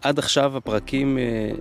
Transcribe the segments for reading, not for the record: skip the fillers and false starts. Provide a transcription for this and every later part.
עד עכשיו הפרקים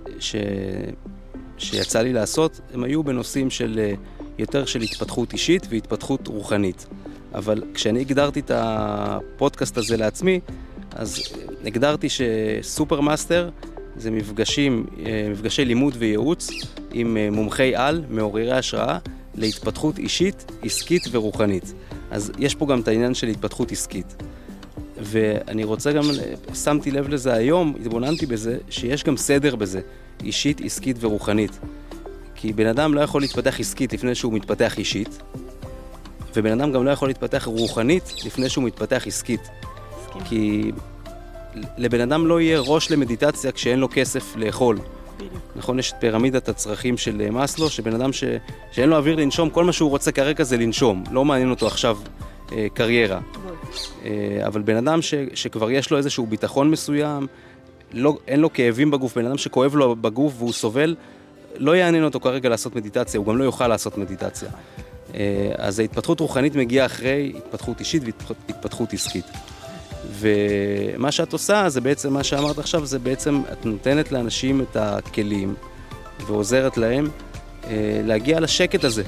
שיצא לי לעשות, הם היו בנושאים של יותר של התפתחות אישית והתפתחות רוחנית. אבל כשאני הגדרתי את הפודקאסט הזה לעצמי, אז הגדרתי שסופר מאסטר זה מפגשי לימוד וייעוץ עם מומחי על, מעוררי השראה, להתפתחות אישית, עסקית ורוחנית. אז יש פה גם את העניין של התפתחות עסקית. ואני רוצה גם, שמתי לב לזה היום, התבוננתי בזה, שיש גם סדר בזה, אישית, עסקית ורוחנית. כי בן אדם לא יכול להתפתח עסקית לפני שהוא מתפתח אישית, ובן אדם גם לא יכול להתפתח רוחנית לפני שהוא מתפתח עסקית. כי לבן אדם לא יהיה ראש למדיטציה כשאין לו כסף לאכול. נכון, יש את פירמידת הצרכים של מאסלו, שבן אדם שאין לו אוויר לנשום, כל מה שהוא רוצה כרגע זה לנשום. לא מעניין אותו עכשיו קריירה. אבל בן אדם שכבר יש לו איזשהו ביטחון מסוים, אין לו כאבים בגוף, בן אדם שכואב לו בגוף והוא סובל, לא יעניין אותו כרגע לעשות מדיטציה, הוא גם לא יוכל לעשות מדיטציה. אז ההתפתחות רוחנית מגיעה אחרי התפתחות אישית והתפתחות עסקית. ומה שאת עושה, זה בעצם מה שאמרת עכשיו, זה בעצם את נותנת לאנשים את הכלים ועוזרת להם להגיע לשקט הזה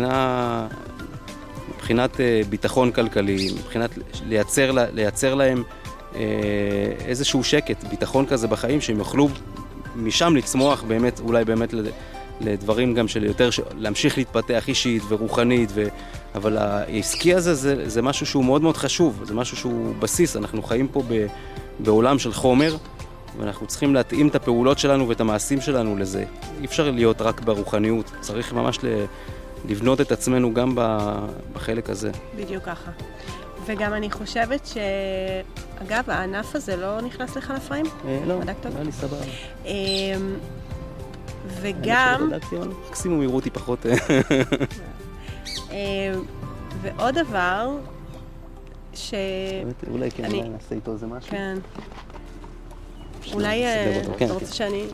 מבחינת ביטחון כלכלי, מבחינת לייצר להם איזשהו שקט, ביטחון כזה בחיים, שהם יוכלו משם לצמוח באמת, אולי באמת לדברים גם של יותר, להמשיך להתפתח אישית ורוחנית, אבל העסקי הזה זה משהו שהוא מאוד מאוד חשוב, זה משהו שהוא בסיס, אנחנו חיים פה בעולם של חומר, ואנחנו צריכים להתאים את הפעולות שלנו ואת המעשים שלנו לזה. אי אפשר להיות רק ברוחניות, צריך ממש לבנות את עצמנו גם בחלק הזה. בדיוק ככה. וגם אני חושבת אגב, הענף הזה לא נכנס לך לפריים? לא, היה לי סבבה. וגם... מקסימום יראו אותי פחות. ועוד דבר, אולי כן, אולי נעשה איתו איזה משהו. כן. אולי אתה רוצה שאני...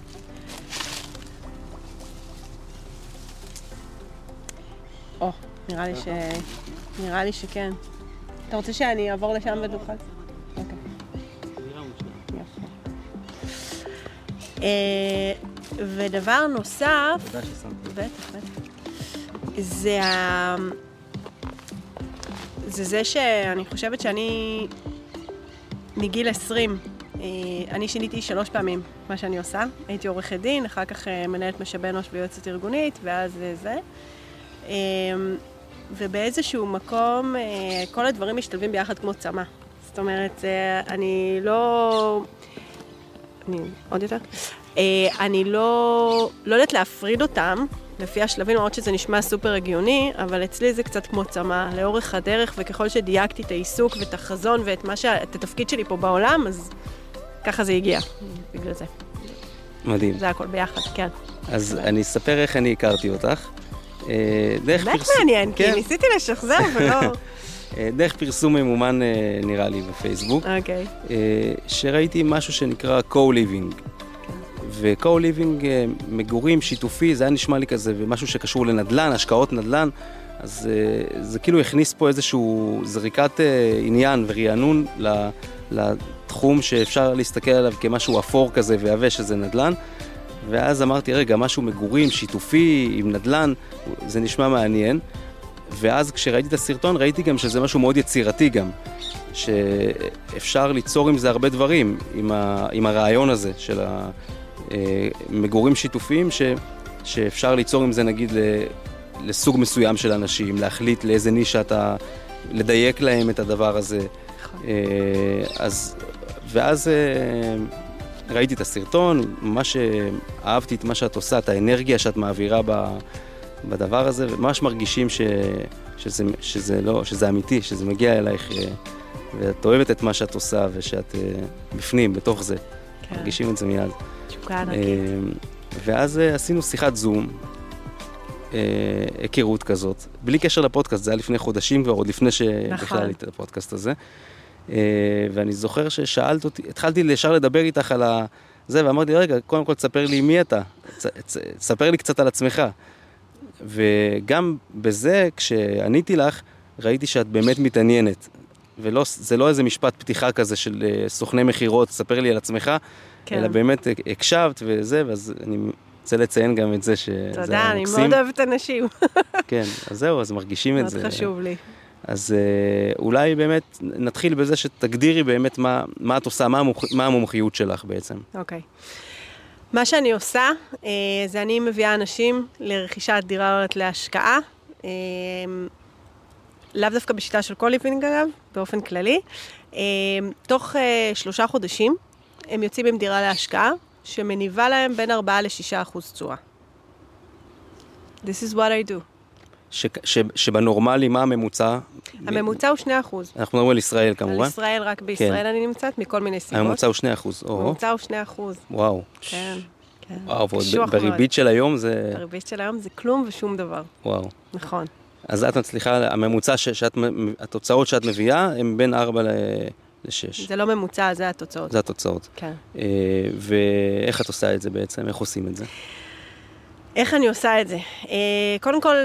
נראה לי שכן. אתה רוצה שאני אעבור לשם ודוכל? אוקיי. ודבר נוסף, בטח, זה שאני חושבת שאני מגיל 20, אני שיניתי 3 פעמים מה שאני עושה. הייתי עורכת דין, אחר כך מנהלת משאבי אנוש ויועצת ארגונית, ואז זה. ובאיזשהו מקום כל הדברים משתלבים ביחד כמו צמא. זאת אומרת, אני לא יודעת להפריד אותם לפי השלבים, למרות שזה נשמע סופר הגיוני, אבל אצלי זה קצת כמו צמא לאורך הדרך, וככל שדייקתי את העיסוק ואת החזון ואת את התפקיד שלי פה בעולם, אז ככה זה הגיע, בגלל זה. מדהים. זה הכל ביחד, כן. אז אני אספר איך אני הכרתי אותך. באמת מעניין, כי ניסיתי לשחזר ולא... דרך פרסום ממומן נראה לי בפייסבוק, שראיתי משהו שנקרא co-living. ו-co-living, מגורים שיתופי, זה היה נשמע לי כזה, ומשהו שקשור לנדלן, השקעות נדלן, אז זה כאילו הכניס פה איזשהו זריקת עניין ורענון לתחום שאפשר להסתכל עליו כמשהו אפור כזה ויווה שזה נדלן. ואז אמרתי, רגע, משהו מגורים, שיתופי, עם נדלן, זה נשמע מעניין. ואז כשראיתי את הסרטון, ראיתי גם שזה משהו מאוד יצירתי גם, שאפשר ליצור עם זה הרבה דברים, עם הרעיון הזה של המגורים שיתופיים, שאפשר ליצור עם זה נגיד לסוג מסוים של אנשים, להחליט לאיזה נישה אתה, לדייק להם את הדבר הזה. ואז ראיתי את הסרטון, ממש אהבתי את מה שאת עושה, את האנרגיה שאת מעבירה בדבר הזה, וממש מרגישים שזה אמיתי, שזה מגיע אלייך, ואת אוהבת את מה שאת עושה, ושאת בפנים, בתוך זה. כן. מרגישים את זה מיד. תשוקה ענקית. ואז עשינו שיחת זום, היכרות כזאת, בלי קשר לפודקאסט, זה היה לפני חודשים כבר, עוד לפני שבכלל הייתי לפודקאסט הזה. ואני זוכר ששאלת אותי, התחלתי ישר לדבר איתך על זה, ואמרתי, רגע, קודם כל תספר לי מי אתה, תספר לי קצת על עצמך. וגם בזה, כשעניתי לך, ראיתי שאת באמת מתעניינת. וזה לא איזה משפט פתיחה כזה של סוכני מחירות, ספר לי על עצמך, כן. אלא באמת הקשבת וזה, ואז אני רוצה לציין גם את זה שזה תודה, אני מאוד אוהבת אנשים. כן, אז זהו, אז מרגישים את זה. מאוד חשוב לי. אז אולי באמת נתחיל בזה שתגדירי באמת מה את עושה, מה המומחיות שלך בעצם. אוקיי. מה שאני עושה, זה אני מביאה אנשים לרכישת דירה להשקעה, לאו דווקא בשיטה של קוליפינג אגב, באופן כללי. תוך 3 חודשים הם יוצאים עם דירה להשקעה, שמניבה להם בין 4-6% תשואה. This is what I do. שבנורמלי מה הממוצע? הממוצע הוא 2%. אנחנו מדברים על ישראל כמובן. על ישראל, רק בישראל אני נמצאת, מכל מיני סיבות. הממוצע הוא 2%. הממוצע הוא 2%. וואו. כן, כן. וואו, בריבית של היום זה... בריבית של היום זה כלום ושום דבר. וואו. נכון. אז את מצליחה, הממוצע, התוצאות שאת מביאה, הן בין 4 ל-6. זה לא ממוצע, זה התוצאות. זה התוצאות. כן. ואיך את עושה את זה בעצם? איך עושים את זה? איך אני עושה את זה? קודם כל,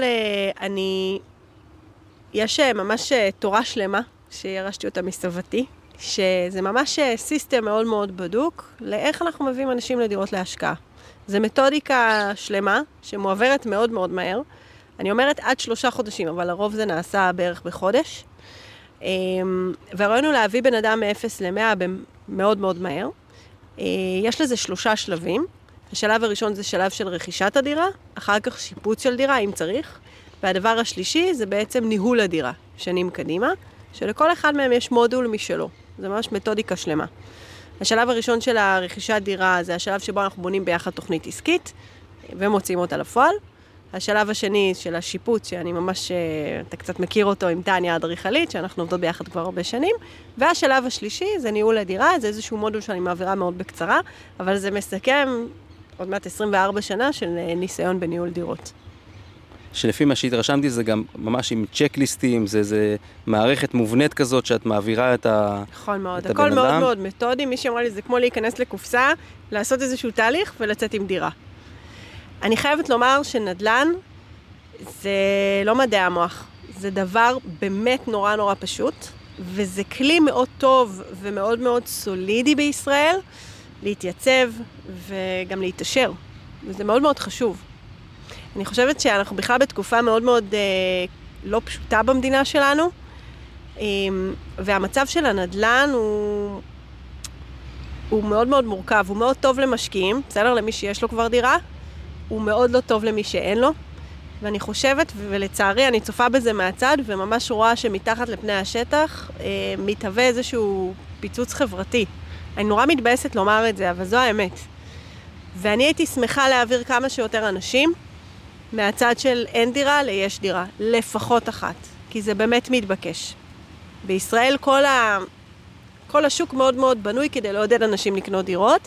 יש ממש תורה שלמה, שירשתי אותה מסבתי, שזה ממש סיסטם מאוד מאוד בדוק, לאיך אנחנו מביאים אנשים לדירות להשקעה. זה מתודיקה שלמה, שמועברת מאוד מאוד מהר. אני אומרת עד 3 חודשים, אבל לרוב זה נעשה בערך בחודש. והרעיון הוא להביא בן אדם מ-0 ל-100 מאוד מאוד מהר. יש לזה 3 שלבים. השלב הראשון זה שלב של רכישת הדירה, אחר כך שיפוץ של דירה, אם צריך. והדבר השלישי זה בעצם ניהול הדירה, שנים קדימה, שלכל אחד מהם יש מודול משלו. זה ממש מתודיקה שלמה. השלב הראשון של הרכישת דירה זה השלב שבו אנחנו בונים ביחד תוכנית עסקית, ומוצאים אותה לפועל. השלב השני של השיפוץ, שאני ממש, אתה קצת מכיר אותו עם טניה האדריכלית, שאנחנו עובדות ביחד כבר הרבה שנים. והשלב השלישי זה ניהול הדירה, זה איזשהו מודול שאני מעבירה מאוד בקצרה, אבל זה מסכם עוד מעט 24 שנה של ניסיון בניהול דירות. שלפי מה שהתרשמתי זה גם ממש עם צ'קליסטים, זה מערכת מובנית כזאת שאת מעבירה את הבן אדם. נכון מאוד, הכל מאוד מאוד מתודי, מי שאמרה לי זה כמו להיכנס לקופסה, לעשות איזשהו תהליך ולצאת עם דירה. אני חייבת לומר שנדל"ן זה לא מדעי המוח, זה דבר באמת נורא נורא פשוט, וזה כלי מאוד טוב ומאוד מאוד סולידי בישראל, להתייצב וגם להתאשר, וזה מאוד מאוד חשוב. אני חושבת שאנחנו בכלל בתקופה מאוד מאוד לא פשוטה במדינה שלנו, והמצב של הנדל"ן הוא מאוד מאוד מורכב, הוא מאוד טוב למשקיעים, בסדר למי שיש לו כבר דירה, הוא מאוד לא טוב למי שאין לו, ואני חושבת, ולצערי אני צופה בזה מהצד, וממש רואה שמתחת לפני השטח מתהווה איזשהו פיצוץ חברתי. אני נורא מתבאסת לומר את זה, אבל זו האמת. ואני הייתי שמחה להעביר כמה שיותר אנשים, מהצד של אין דירה ליש דירה, לפחות אחת, כי זה באמת מתבקש. בישראל כל השוק מאוד מאוד בנוי כדי לעודד אנשים לקנות דירות,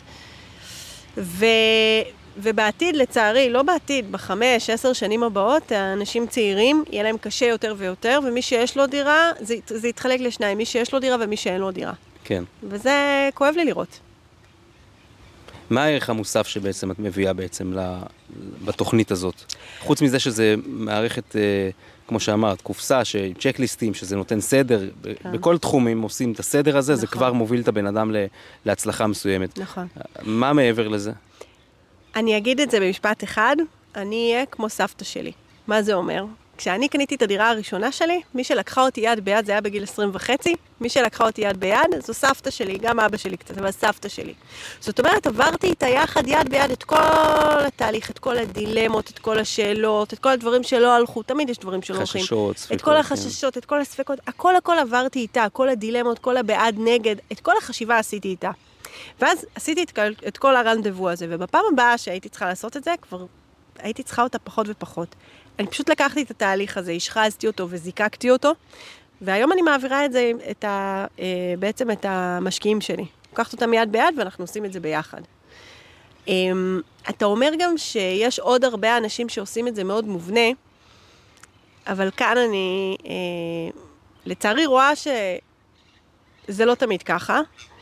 ובעתיד, לצערי, לא בעתיד, ב5-10 שנים הבאות, האנשים צעירים, יהיה להם קשה יותר ויותר, ומי שיש לו דירה, זה יתחלק לשניים, מי שיש לו דירה ומי שאין לו דירה. כן. וזה כואב לי לראות. מה הערך המוסף שבעצם את מביאה בעצם בתוכנית הזאת? חוץ מזה שזה מערכת, כמו שאמרת, קופסה, צ'קליסטים, שזה נותן סדר, בכל תחומים עושים את הסדר הזה, זה כבר מוביל את הבן אדם להצלחה מסוימת. נכון. מה מעבר לזה? אני אגיד את זה במשפט אחד, אני אהיה כמו סבתא שלי. מה זה אומר? כשאני קניתי את הדירה הראשונה שלי, מי שלקחה אותי יד ביד, זה היה בגיל 20.5, מי שלקחה אותי יד ביד, זו סבתא שלי, גם אבא שלי קצת, אבל סבתא שלי. זאת אומרת, עברתי איתה יחד יד ביד את כל התהליך, את כל הדילמות, את כל השאלות, את כל הדברים שלא הלכו, תמיד יש דברים שלא הולכים. חששות, ספקות. את כל החששות, את כל הספקות, הכל עברתי איתה, כל הדילמות, כל הבעד נגד, את כל החשיבה עשיתי איתה. ואז עשיתי את כל הרנדבו הזה, ובפעם הבאה שהייתי צריכה לעשות את זה, כבר הייתי צריכה אותה פחות ופחות. אני פשוט לקחתי את התהליך הזה, השחזתי אותו וזיקקתי אותו, והיום אני מעבירה את זה, בעצם את המשקיעים שלי. לקחת אותם יד ביד ואנחנו עושים את זה ביחד. אתה אומר גם שיש עוד הרבה אנשים שעושים את זה מאוד מובנה, אבל כאן אני לצערי רואה שזה לא תמיד ככה,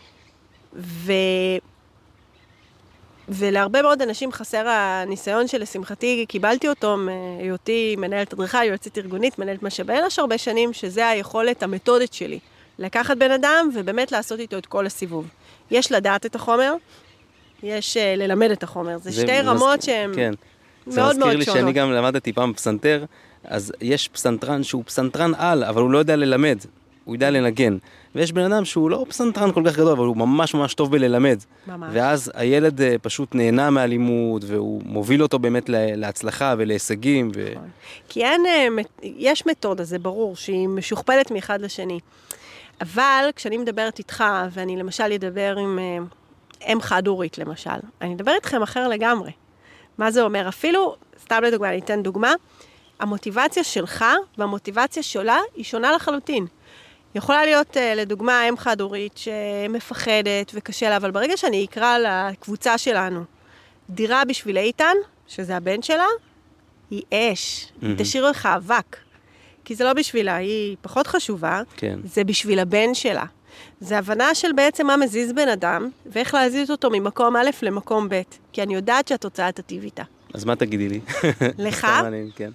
ולהרבה מאוד אנשים חסר הניסיון שלשמחתי קיבלתי אותו מהיותי מנהלת הדרכה, יועצת ארגונית, מנהלת משאבי אנוש הרבה שנים, שזה היכולת המתודית שלי לקחת בן אדם ובאמת לעשות איתו את כל הסיבוב. יש לדעת את החומר, יש ללמד את החומר. זה שתי רמות שהן כן. מאוד מאוד שונות. זה מזכיר לי שאני גם למדתי פעם פסנתר, אז יש פסנתרן שהוא פסנתרן על, אבל הוא לא יודע ללמד, הוא יודע לנגן. ויש בן אדם שהוא לא פסנתרן כל כך גדול, אבל הוא ממש ממש טוב בללמד. ממש. ואז הילד פשוט נהנה מהלימוד, והוא מוביל אותו באמת להצלחה ולהישגים. כי יש מתודה, זה ברור, שהיא משוכפלת מאחד לשני. אבל כשאני מדברת איתך, ואני למשל אדבר עם אם חד-הורית למשל, אני אדבר איתכם אחר לגמרי. מה זה אומר? אפילו, סתם לדוגמה, אני אתן דוגמה, המוטיבציה שלך והמוטיבציה שלה היא שונה לחלוטין. יכולה להיות, לדוגמה, אם חד-הורית שמפחדת וקשה לה, אבל ברגע שאני אקרא לקבוצה שלנו, דירה בשביל איתן, שזה הבן שלה, היא אש, היא תשאיר לך אבק. כי זה לא בשבילה, היא פחות חשובה, כן. זה בשביל הבן שלה. זה הבנה של בעצם מה מזיז בן אדם, ואיך להזיז אותו ממקום א' למקום ב', כי אני יודעת שהתוצאה תטיב איתה. אז מה תגידי לי? לך? כן.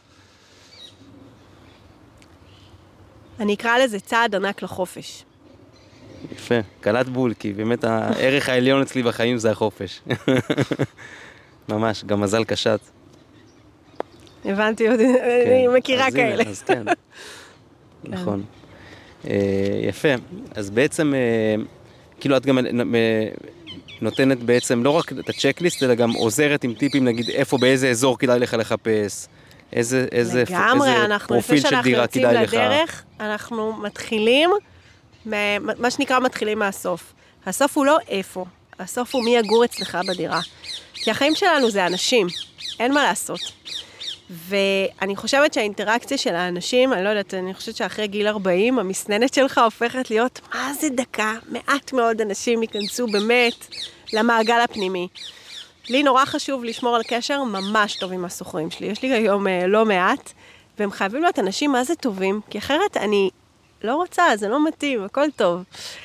אני אקרא לזה צעד ענק לחופש. יפה, קלט בול, כי באמת הערך העליון אצלי בחיים זה החופש. ממש, גם מזל קשת. הבנתי, אני מכירה כאלה. אז כן, נכון. יפה, אז בעצם, כאילו את גם נותנת בעצם לא רק את הצ'קליסט, אלא גם עוזרת עם טיפים, נגיד איפה, באיזה אזור כדאי לך לחפש, איזה פרופיל של דירה כדאי לך. לדרך, אנחנו מתחילים, מה שנקרא מתחילים מהסוף. הסוף הוא לא איפה, הסוף הוא מי יגור אצלך בדירה. כי החיים שלנו זה אנשים, אין מה לעשות. ואני חושבת שהאינטראקציה של האנשים, אני לא יודעת, אני חושבת שאחרי גיל 40, המסננת שלך הופכת להיות, מה זה דקה? מעט מאוד אנשים ייכנסו באמת למעגל הפנימי. לי נורא חשוב לשמור על קשר ממש טוב עם הסוחרים שלי. יש לי היום לא מעט, והם חייבים להיות אנשים מה זה טובים, כי אחרת אני לא רוצה, זה לא מתאים, הכל טוב.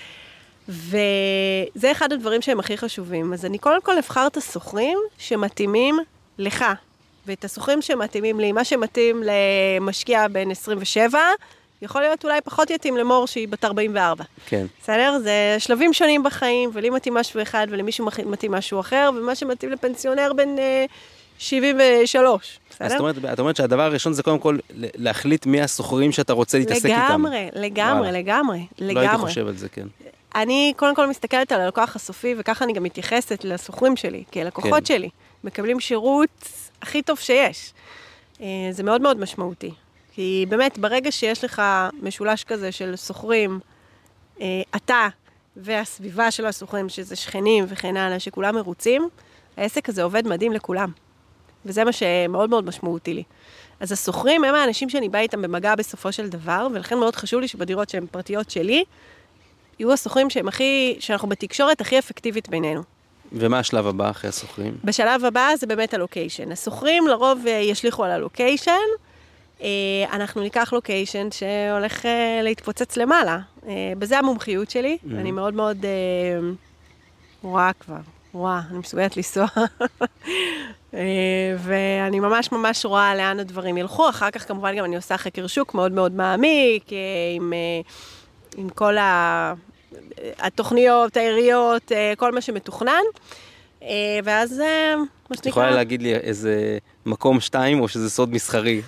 וזה אחד הדברים שהם הכי חשובים. אז אני קודם כל אבחר את הסוחרים שמתאימים לך. ואת הסוחרים שמתאימים לי, מה שמתאים למשקיע בין 27, יכול להיות אולי פחות יתאים למור שהיא בת 44. כן. בסדר? זה שלבים שונים בחיים, ולי מתאים משהו אחד, ולמישהו מתאים משהו אחר, ומה שמתאים לפנסיונר בין 73. בסדר? אז את אומרת שהדבר הראשון זה קודם כל להחליט מי הסוחרים שאתה רוצה להתעסק איתם. לגמרי. לא הייתי חושב על זה, כן. אני קודם כל מסתכלת על הלקוח הסופי, וככה אני גם מתייחסת לסוחרים שלי, כי הלקוחות שלי מקבלים שירות הכי טוב שיש. זה מאוד מאוד משמעותי. כי באמת, ברגע שיש לך משולש כזה של סוחרים, אתה והסביבה של הסוחרים, שזה שכנים וכן הלאה, שכולם מרוצים, העסק הזה עובד מדהים לכולם. וזה מה שמאוד מאוד משמעותי לי. אז הסוחרים הם האנשים שאני באה איתם במגע בסופו של דבר, ולכן מאוד חשוב לי שבדירות שהן פרטיות שלי, יהיו הסוחרים שאנחנו בתקשורת הכי אפקטיבית בינינו. ומה השלב הבא אחרי הסוחרים? בשלב הבא זה באמת הלוקיישן. הסוחרים לרוב ישליחו על הלוקיישן, אנחנו ניקח לוקיישן שהולך להתפוצץ למעלה. בזה המומחיות שלי, אני מאוד מאוד רואה כבר, אני מסוגלת לנסוע, ואני ממש ממש רואה לאן הדברים ילכו. אחר כך כמובן גם אני עושה חקר שוק מאוד מאוד מעמיק, עם כל התוכניות, העיריות, כל מה שמתוכנן, ואז מה שנקרא... את יכולה להגיד לי איזה מקום 2 או שזה סוד מסחרי?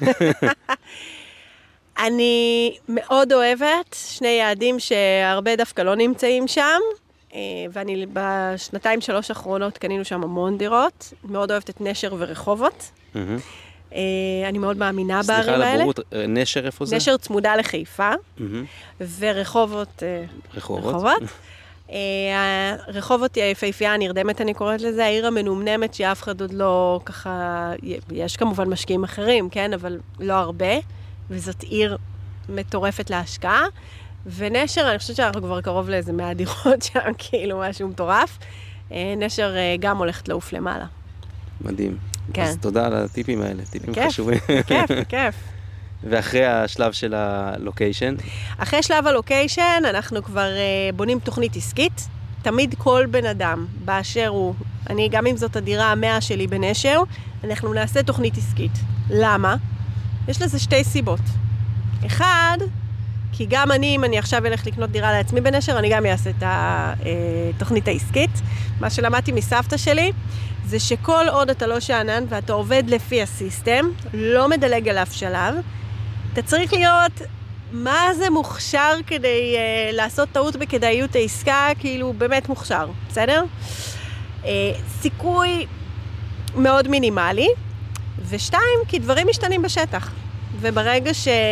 אני מאוד אוהבת שני יעדים שהרבה דווקא לא נמצאים שם, ואני בשנתיים 3 האחרונות קנינו שם המון דירות, מאוד אוהבת את נשר ורחובות. אני מאוד מאמינה בערים האלה. סליחה על הבורות, נשר איפה זה? נשר צמודה לחיפה, ורחובות רחובות. רחובות היא היפהפייה הנרדמת, אני קוראת לזה, העיר המנומנמת שאף אחד עוד לא ככה, יש כמובן משקיעים אחרים, כן, אבל לא הרבה, וזאת עיר מטורפת להשקעה, ונשר, אני חושבת שאנחנו כבר קרוב לאיזה 100 דירות שם, כאילו משהו מטורף, נשר גם הולכת לעוף למעלה. מדהים. כן. אז תודה על הטיפים האלה, טיפים חשובים. כיף. ואחרי השלב של הלוקיישן? אחרי שלב הלוקיישן, אנחנו כבר בונים תוכנית עסקית. תמיד כל בן אדם, באשר הוא, אני גם אם זאת הדירה 100 שלי בנשר, אנחנו נעשה תוכנית עסקית. למה? יש לזה 2 סיבות. אחד, כי גם אני, אם אני עכשיו אלך לקנות דירה לעצמי בנשר, אני גם אעשה את התוכנית העסקית. מה שלמדתי מסבתא שלי, זה שכל עוד אתה לא שענן ואתה עובד לפי הסיסטם, לא מדלג על אף שלב, אתה צריך להיות מה זה מוכשר כדי לעשות טעות בכדאיות העסקה, כאילו באמת מוכשר, בסדר? סיכוי מאוד מינימלי, ושתיים, כי דברים משתנים בשטח. וברגע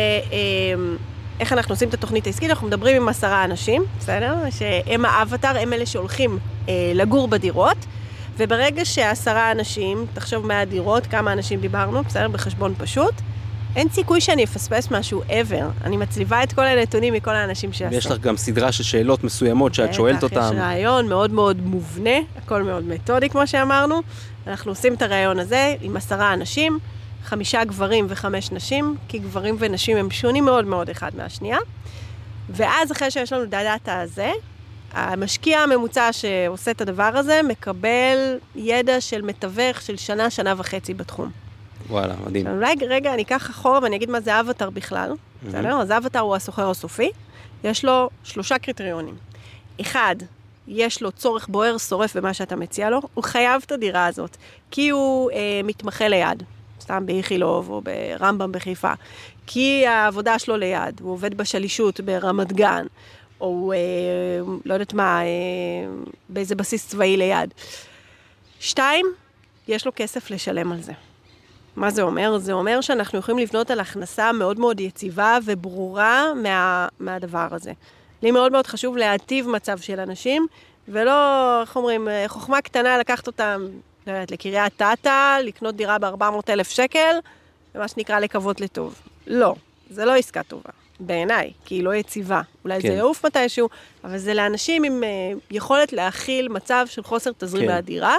איך אנחנו עושים את התוכנית העסקית, אנחנו מדברים עם 10 אנשים, בסדר? שהם האבטר, הם אלה שהולכים לגור בדירות, וברגע ש10 אנשים, תחשוב 100 דירות, כמה אנשים דיברנו, בסדר? בחשבון פשוט, אין סיכוי שאני אפספס משהו ever. אני מצליבה את כל הנתונים מכל האנשים שעשו. ויש לך גם סדרה של שאלות מסוימות שאת שואלת אותם. יש רעיון מאוד מאוד מובנה, הכל מאוד מתודי כמו שאמרנו. אנחנו עושים את הרעיון הזה עם 10 אנשים, 5 גברים ו5 נשים, כי גברים ונשים הם שונים מאוד מאוד אחד מהשנייה. ואז אחרי שיש לנו את הדאטה הזה, המשקיע הממוצע שעושה את הדבר הזה מקבל ידע של מתווך של שנה, שנה וחצי בתחום. וואלה, מדהים. אולי רגע אני אקח אחורה ואני אגיד מה זה אבטר בכלל. בסדר? אז אבטר הוא הסוחר הסופי. יש לו 3 קריטריונים. 1, יש לו צורך בוער שורף במה שאתה מציע לו. הוא חייב את הדירה הזאת, כי הוא מתמחה ליד. סתם באיכילוב או ברמב"ם בחיפה. כי העבודה שלו ליד. הוא עובד בשלישות ברמת גן. או לא יודעת מה, באיזה בסיס צבאי ליד. 2, יש לו כסף לשלם על זה. מה זה אומר? זה אומר שאנחנו יכולים לבנות על הכנסה מאוד מאוד יציבה וברורה מהדבר הזה. לי מאוד מאוד חשוב להטיב מצב של אנשים, ולא, איך אומרים, חוכמה קטנה לקחת אותם, לא יודעת, לקריית טאטה, לקנות דירה ב400,000 שקל, ומה שנקרא לקוות לטוב. לא, זה לא עסקה טובה. בעיניי, כי היא לא יציבה. אולי זה יעוף מתישהו, אבל זה לאנשים עם יכולת להכיל מצב של חוסר תזרים מהדירה,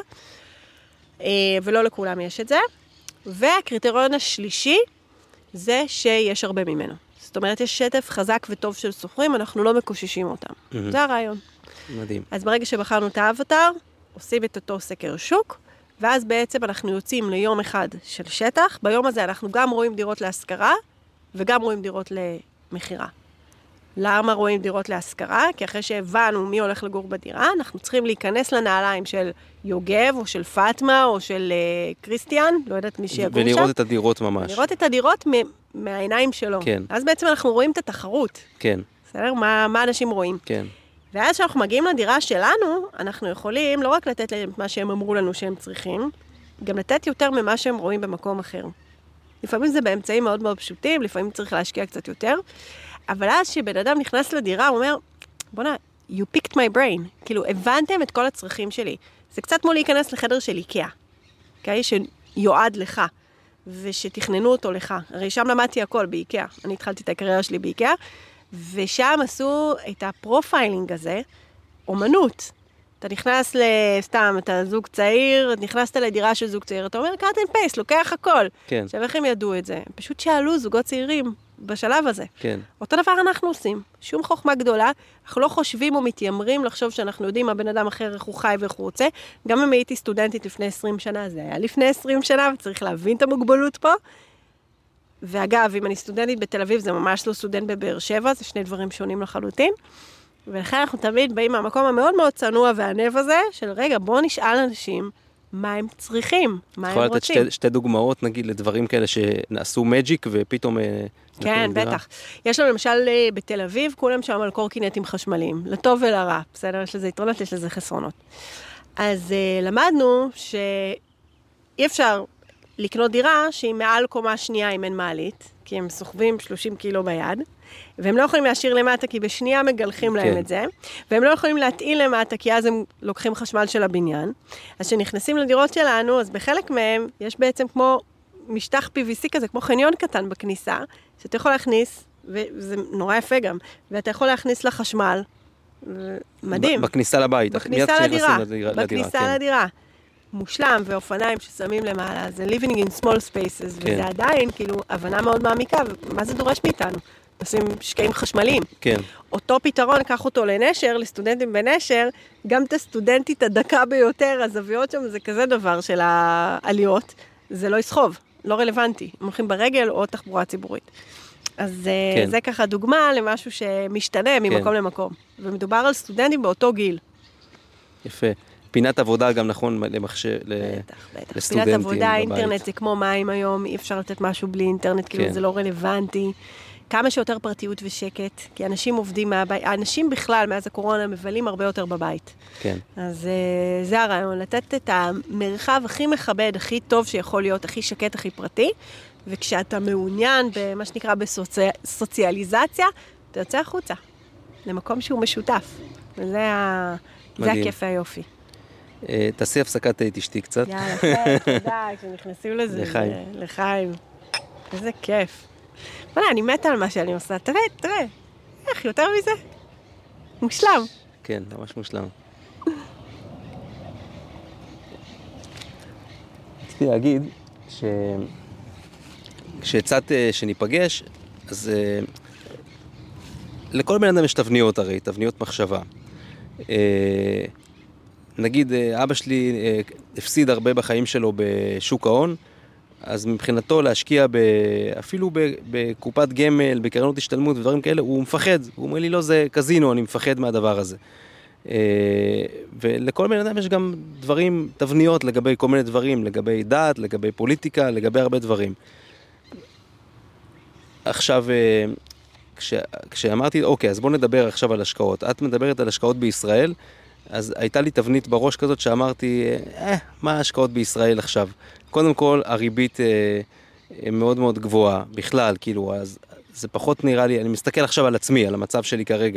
ולא לכולם יש את זה. והקריטריון השלישי, זה שיש הרבה ממנו. זאת אומרת, יש שטף חזק וטוב של סוחרים, אנחנו לא מקוששים אותם. זה הרעיון. מדהים. אז ברגע שבחרנו את האבטר, עושים את אותו סקר שוק, ואז בעצם אנחנו יוצאים ליום אחד של שטח. ביום הזה אנחנו גם רואים דירות להשכרה, וגם רואים דירות למחירה. למה רואים דירות להשכרה? כי אחרי שהבנו מי הולך לגור בדירה, אנחנו צריכים להיכנס לנעליים של יוגב, או של פאטמה, או של קריסטיאן, לא יודעת מי שיגור שם. ולראות את הדירות ממש. לראות את הדירות מהעיניים שלו. כן. אז בעצם אנחנו רואים את התחרות. כן. בסדר? מה אנשים רואים. כן. ואז כשאנחנו מגיעים לדירה שלנו, אנחנו יכולים לא רק לתת להם את מה שהם אמרו לנו שהם צריכים, גם לתת יותר ממה שהם רואים במקום אחר. לפעמים זה באמצעים מאוד מאוד פשוטים, לפעמים צריך להשקיע קצת יותר, אבל אז שבן אדם נכנס לדירה, הוא אומר, בוא'נה, you picked my brain. כאילו, הבנתם את כל הצרכים שלי. זה קצת כמו להיכנס לחדר של איקאה, okay? שיועד לך, ושתכננו אותו לך. הרי שם למדתי הכל באיקאה. אני התחלתי את הקריירה שלי באיקאה, ושם עשו את הפרופיילינג הזה, אומנות. אתה נכנס סתם, אתה זוג צעיר, נכנסת לדירה של זוג צעיר, אתה אומר, cut and paste, לוקח הכל. כן. עכשיו, איך הם ידעו את זה? הם פשוט שאלו זוגות צעירים בשלב הזה. כן. אותו דבר אנחנו עושים. שום חוכמה גדולה, אנחנו לא חושבים או מתיימרים לחשוב שאנחנו יודעים מה בן אדם אחר, איך הוא חי ואיך הוא רוצה. גם אם הייתי סטודנטית לפני 20 שנה, זה היה לפני 20 שנה, וצריך להבין את המוגבלות פה. ואגב, אם אני סטודנטית בתל אביב, זה ממש לא סטודנט בבאר שבע, זה 2 דברים שונים לחלוטין. ולכן אנחנו תמיד באים מהמקום המאוד מאוד צנוע והענב הזה, של רגע, בואו נשאל אנשים מה הם צריכים, מה הם רוצים. יכולה לתת 2 דוגמאות, נגיד, לדברים כאלה שנעשו מג'יק ופתאום... כן, בטח. יש לנו למשל בתל אביב, כולם שם על קורקינטים חשמליים, לטוב ולרע, בסדר? יש לזה יתרונות, יש לזה חסרונות. אז למדנו שאי אפשר לקנות דירה שהיא מעל קומה שנייה אם אין מעלית, כי הם סוחבים 30 קילו ביד, והם לא יכולים להשאיר למטה, כי בשנייה מגלחים להם את זה, והם לא יכולים להטעין למטה, כי אז הם לוקחים חשמל של הבניין. אז כשנכנסים לדירות שלנו, אז בחלק מהם יש בעצם כמו משטח PVC כזה, כמו חניון קטן בכניסה, שאתה יכול להכניס, וזה נורא יפה גם, ואתה יכול להכניס לחשמל, מדהים. בכניסה לבית. בכניסה לדירה. בכניסה לדירה. מושלם ואופניים ששמים למעלה, זה living in small spaces, וזה עדיין כאילו הבנה מאוד מעמיקה, ומה זה דורש מאיתנו? נשים שקעים חשמליים. כן. אותו פתרון, קח אותו לנשר, לסטודנטים בנשר, גם את הסטודנטית הדקה ביותר, הזוויות שם זה כזה דבר של העליות, זה לא יסחוב, לא רלוונטי. הם הולכים ברגל או תחבורה ציבורית. אז זה ככה דוגמה למשהו שמשתנה ממקום למקום. ומדובר על סטודנטים באותו גיל. יפה. פינת עבודה גם נכון לסטודנטים. פינת עבודה, אינטרנט זה כמו מים היום, אי אפשר לתת משהו בלי אינטרנט, כאילו זה לא רלוונטי. כמה שיותר פרטיות ושקט, כי אנשים עובדים מהבית, האנשים בכלל מאז הקורונה מבלים הרבה יותר בבית. כן. אז זה הרעיון, לתת את המרחב הכי מכבד, הכי טוב שיכול להיות, הכי שקט, הכי פרטי, וכשאתה מעוניין במה שנקרא בסוציאליזציה, אתה יוצא החוצה, למקום שהוא משותף. וזה הכיף והיופי. תעשי הפסקת תשתי קצת. יאללה, תודה, כשנכנסים לזה, לחיים. איזה כיף. אני מתה על מה שאני עושה. תראה, איך, יותר מזה? מושלם. כן, ממש מושלם. רציתי להגיד כשהצעת שניפגש, אז לכל בן אדם יש תבניות הרי, תבניות מחשבה. נגיד, אבא שלי הפסיד הרבה בחיים שלו בשוק ההון, אז מבחינתו להשקיע אפילו בקופת גמל, בקרנות השתלמות ודברים כאלה, הוא מפחד. הוא אומר לי, לא, זה קזינו, אני מפחד מהדבר הזה. ולכל בן אדם יש גם דברים, תבניות לגבי כל מיני דברים, לגבי דת, לגבי פוליטיקה, לגבי הרבה דברים. עכשיו, כשאמרתי, אוקיי, אז בוא נדבר עכשיו על השקעות. את מדברת על השקעות בישראל, אז הייתה לי תבנית בראש כזאת שאמרתי, מה ההשקעות בישראל עכשיו? קודם כל, הריבית מאוד מאוד גבוהה, בכלל, כאילו, אז זה פחות נראה לי, אני מסתכל עכשיו על עצמי, על המצב שלי כרגע.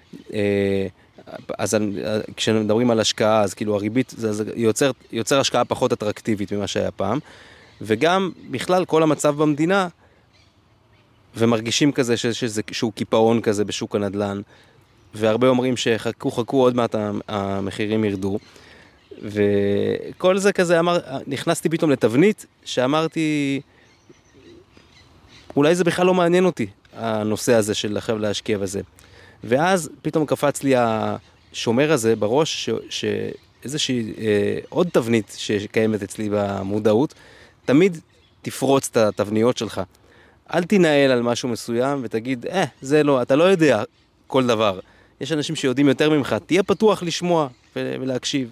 אז כשמדברים על השקעה, אז כאילו הריבית, זה יוצר השקעה פחות אטרקטיבית ממה שהיה פעם, וגם בכלל כל המצב במדינה, ומרגישים כזה שהוא קיפאון כזה בשוק הנדל"ן, והרבה אומרים חכו עוד מעט המחירים ירדו, וכל זה כזה נכנסתי פתאום לתבנית שאמרתי, אולי זה בכלל לא מעניין אותי, הנושא הזה של עכשיו להשקיע בזה. ואז פתאום קפץ לי השומר הזה בראש, שאיזושהי עוד תבנית שקיימת אצלי במודעות, תמיד תפרוץ את התבניות שלך. אל תנהל על משהו מסוים ותגיד, זה לא, אתה לא יודע כל דבר. יש אנשים שיודעים יותר ממך, תהיה פתוח לשמוע ולהקשיב.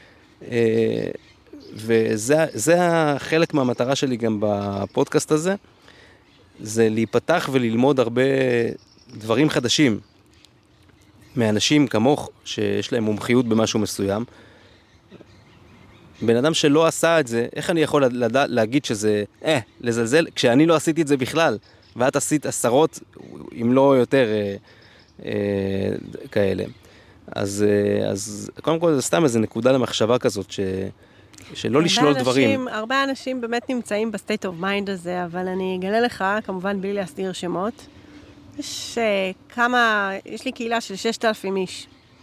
וזה חלק מהמטרה שלי גם בפודקאסט הזה, זה להיפתח וללמוד הרבה דברים חדשים, מאנשים כמוך שיש להם מומחיות במשהו מסוים. בן אדם שלא עשה את זה, איך אני יכול להגיד שזה, לזלזל, כשאני לא עשיתי את זה בכלל, ואת עשית עשרות, אם לא יותר כאלה. אז קודם כל זה סתם איזו נקודה למחשבה כזאת, שלא לשלול דברים. הרבה אנשים באמת נמצאים בסטייט אוף מיינד הזה, אבל אני אגלה לך, כמובן בלי להסדיר שמות, יש לי קהילה של 6,000 איש.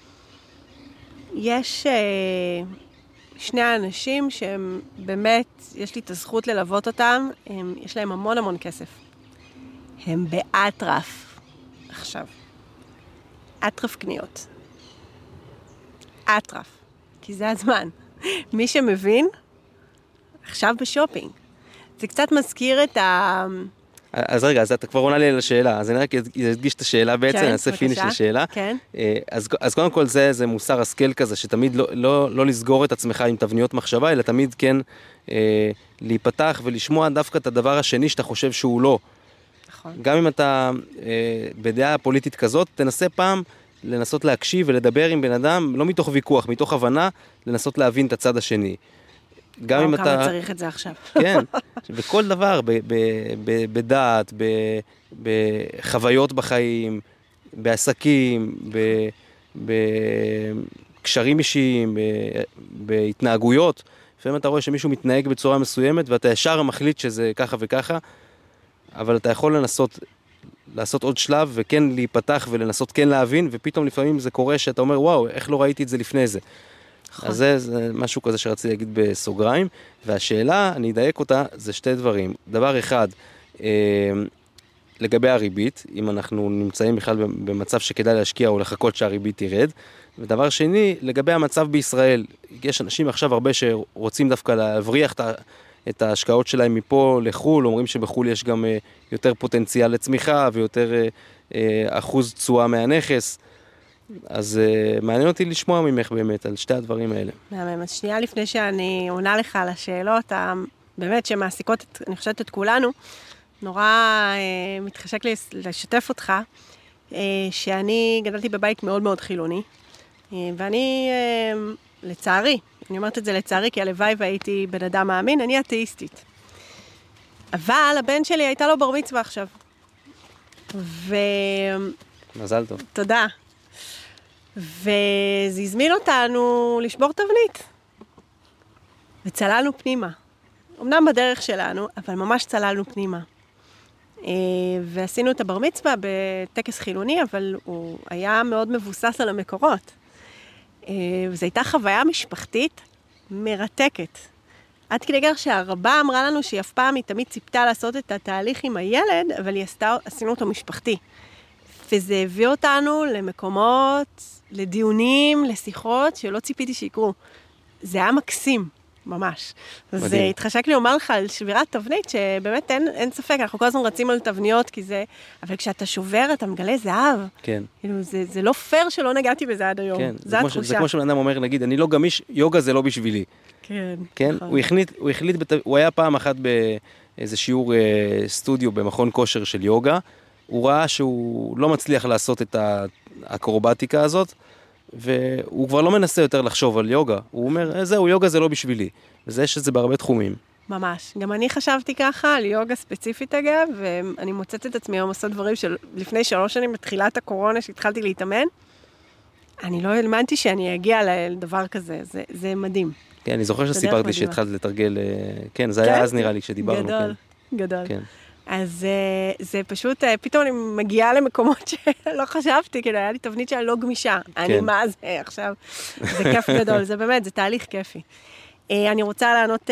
יש שני אנשים שהם באמת, יש לי את הזכות ללוות אותם, יש להם המון המון כסף. הם באטרף. עכשיו. אטרף קניות. אטרף. כי זה הזמן. מי שמבין, עכשיו בשופינג. זה קצת מזכיר את אז רגע, אז אתה כבר עונה לי על השאלה, אז אני רק אדגיש את השאלה בעצם, אני אעשה פיניש לשאלה. כן. אז קודם כל זה מוסר השכל כזה, שתמיד לא לסגור את עצמך עם תבניות מחשבה, אלא תמיד כן להיפתח ולשמוע דווקא את הדבר השני שאתה חושב שהוא לא. נכון. גם אם אתה בדעה פוליטית כזאת, תנסה פעם לנסות להקשיב ולדבר עם בן אדם, לא מתוך ויכוח, מתוך הבנה, לנסות להבין את הצד השני. גם אם אתה... כמה צריך את זה עכשיו. כן, בכל דבר, בדעת, בחוויות בחיים, בעסקים, בקשרים אישיים, בהתנהגויות. לפעמים אתה רואה שמישהו מתנהג בצורה מסוימת, ואתה ישר מחליט שזה ככה וככה, אבל אתה יכול לעשות עוד שלב, וכן להיפתח ולנסות כן להבין, ופתאום לפעמים זה קורה שאתה אומר, וואו, איך לא ראיתי את זה לפני זה. אז זה משהו כזה שרציתי להגיד בסוגריים, והשאלה, אני אדייק אותה, זה שתי דברים. דבר אחד, לגבי הריבית, אם אנחנו נמצאים בכלל במצב שכדאי להשקיע או לחכות שהריבית תירד, ודבר שני, לגבי המצב בישראל, יש אנשים עכשיו הרבה שרוצים דווקא להבריח את ההשקעות שלהם מפה לחול, אומרים שבחול יש גם יותר פוטנציאל לצמיחה ויותר אחוז תשואה מהנכס. אז מעניין אותי לשמוע ממך באמת על שתי הדברים האלה. אז שנייה לפני שאני עונה לך על השאלות, באמת שמעסיקות, אני חושבת את כולנו, נורא מתחשק לי לשתף אותך, שאני גדלתי בבית מאוד מאוד חילוני, ואני, לצערי, אני אומרת את זה לצערי, כי הלוואי והייתי בן אדם מאמין, אני אתאיסטית. אבל הבן שלי הייתה לו בר מצווה עכשיו. מזל טוב. תודה. וזה הזמין אותנו לשבור תבנית. וצללנו פנימה. אמנם בדרך שלנו, אבל ממש צללנו פנימה. ועשינו את הבר מצווה בטקס חילוני, אבל הוא היה מאוד מבוסס על המקורות. וזו הייתה חוויה משפחתית מרתקת. עד כדי כך שהרבה אמרה לנו שהיא אף פעם היא תמיד ציפתה לעשות את התהליך עם הילד, אבל עשינו אותו משפחתי. וזה הביא אותנו למקומות, לדיונים, לשיחות שלא ציפיתי שיקרו. זה היה מקסים, ממש. אז התחשק לי לומר לך על שבירת תבנית, שבאמת אין ספק, אנחנו כל הזמן רצים על תבניות, כי זה, אבל כשאתה שובר, אתה מגלה זהב. כן. זה לא פייר שלא נגעתי בזה עד היום. כן, זה התחושה. זה כמו שבן אדם אומר, נגיד, אני לא גמיש, יוגה זה לא בשבילי. כן. כן? הוא החליט, הוא היה פעם אחת באיזה שיעור סטודיו במכון כושר של יוגה, הוא ראה שהוא לא מצליח לעשות את האקרובטיקה הזאת, והוא כבר לא מנסה יותר לחשוב על יוגה. הוא אומר, זהו, יוגה זה לא בשבילי. וזה יש את זה בהרבה תחומים. ממש. גם אני חשבתי ככה על יוגה ספציפית אגב, ואני מוצאת את עצמי היום עושה דברים שלפני 3 שנים, בתחילת הקורונה, שהתחלתי להתאמן, אני לא האמנתי שאני אגיע לדבר כזה. זה מדהים. כן, אני זוכר שסיפרתי שהתחלת לתרגל, כן, זה היה אז נראה לי כשדיברנו. גדול. אז זה פשוט, פתאום אני מגיעה למקומות שלא חשבתי, כאילו היה לי תבנית שאני לא גמישה. אני מה זה עכשיו? זה כיף גדול, זה באמת, זה תהליך כיפי. אני רוצה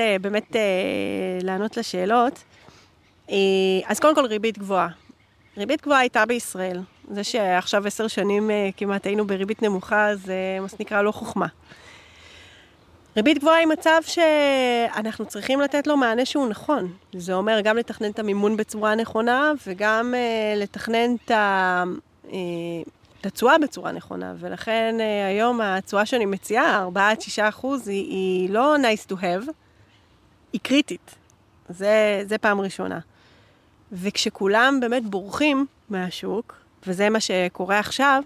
לענות לשאלות. אז קודם כל ריבית גבוהה. ריבית גבוהה הייתה בישראל. זה שעכשיו 10 שנים כמעט היינו בריבית נמוכה, זה מה שנקרא לא חוכמה. ריבית גבוהה היא מצב שאנחנו צריכים לתת לו מענה שהוא נכון. זה אומר גם לתכנן את המימון בצורה נכונה, וגם לתכנן את התשואה בצורה נכונה. ולכן היום התשואה שאני מציעה, 4-6%, היא לא nice to have, היא קריטית. זה פעם ראשונה. וכשכולם באמת בורחים מהשוק, וזה מה שקורה עכשיו,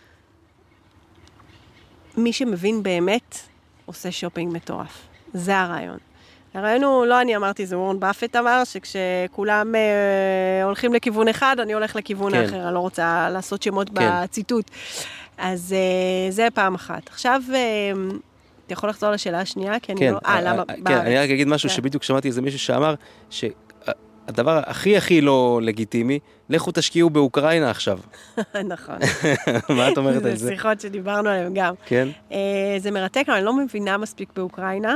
מי שמבין באמת, עושה שופינג מטורף. זה הרעיון. הרעיון הוא, לא אני אמרתי, זה וורן באפט אמר, שכשכולם הולכים לכיוון אחד, אני הולך לכיוון האחר, אני לא רוצה לעשות שמות בציטוט. אז זה פעם אחת. עכשיו, אתה יכול לחזור לשאלה השנייה? כי אני לא... למה? כן, אני רק אגיד משהו שבדיוק שמעתי איזה מישהו שאמר, שהדבר הכי לא לגיטימי, לכו תשקיעו באוקראינה עכשיו. נכון. מה את אומרת על זה? זה שיחות שדיברנו עליהן גם. כן. זה מרתק, אבל אני לא מבינה מספיק באוקראינה.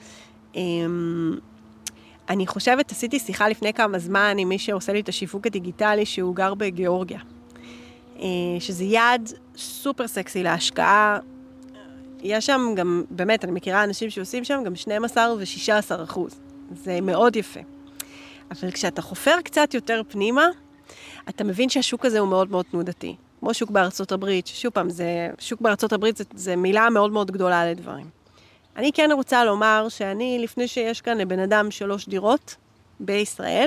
אני חושבת, עשיתי שיחה לפני כמה זמן עם מי שעושה לי את השיווק הדיגיטלי, שהוא גר בגיאורגיה. שזה יעד סופר סקסי להשקעה. יש שם גם, באמת, אני מכירה אנשים שעושים שם גם 12 ו-16%. זה מאוד יפה. אבל כשאתה חופר קצת יותר פנימה, אתה מבין שהשוק הזה הוא מאוד מאוד תנודתי. כמו שוק בארצות הברית, ששוב פעם, שוק בארצות הברית זה מילה מאוד מאוד גדולה לדברים. אני כן רוצה לומר שאני, לפני שיש כאן לבן אדם 3 דירות בישראל,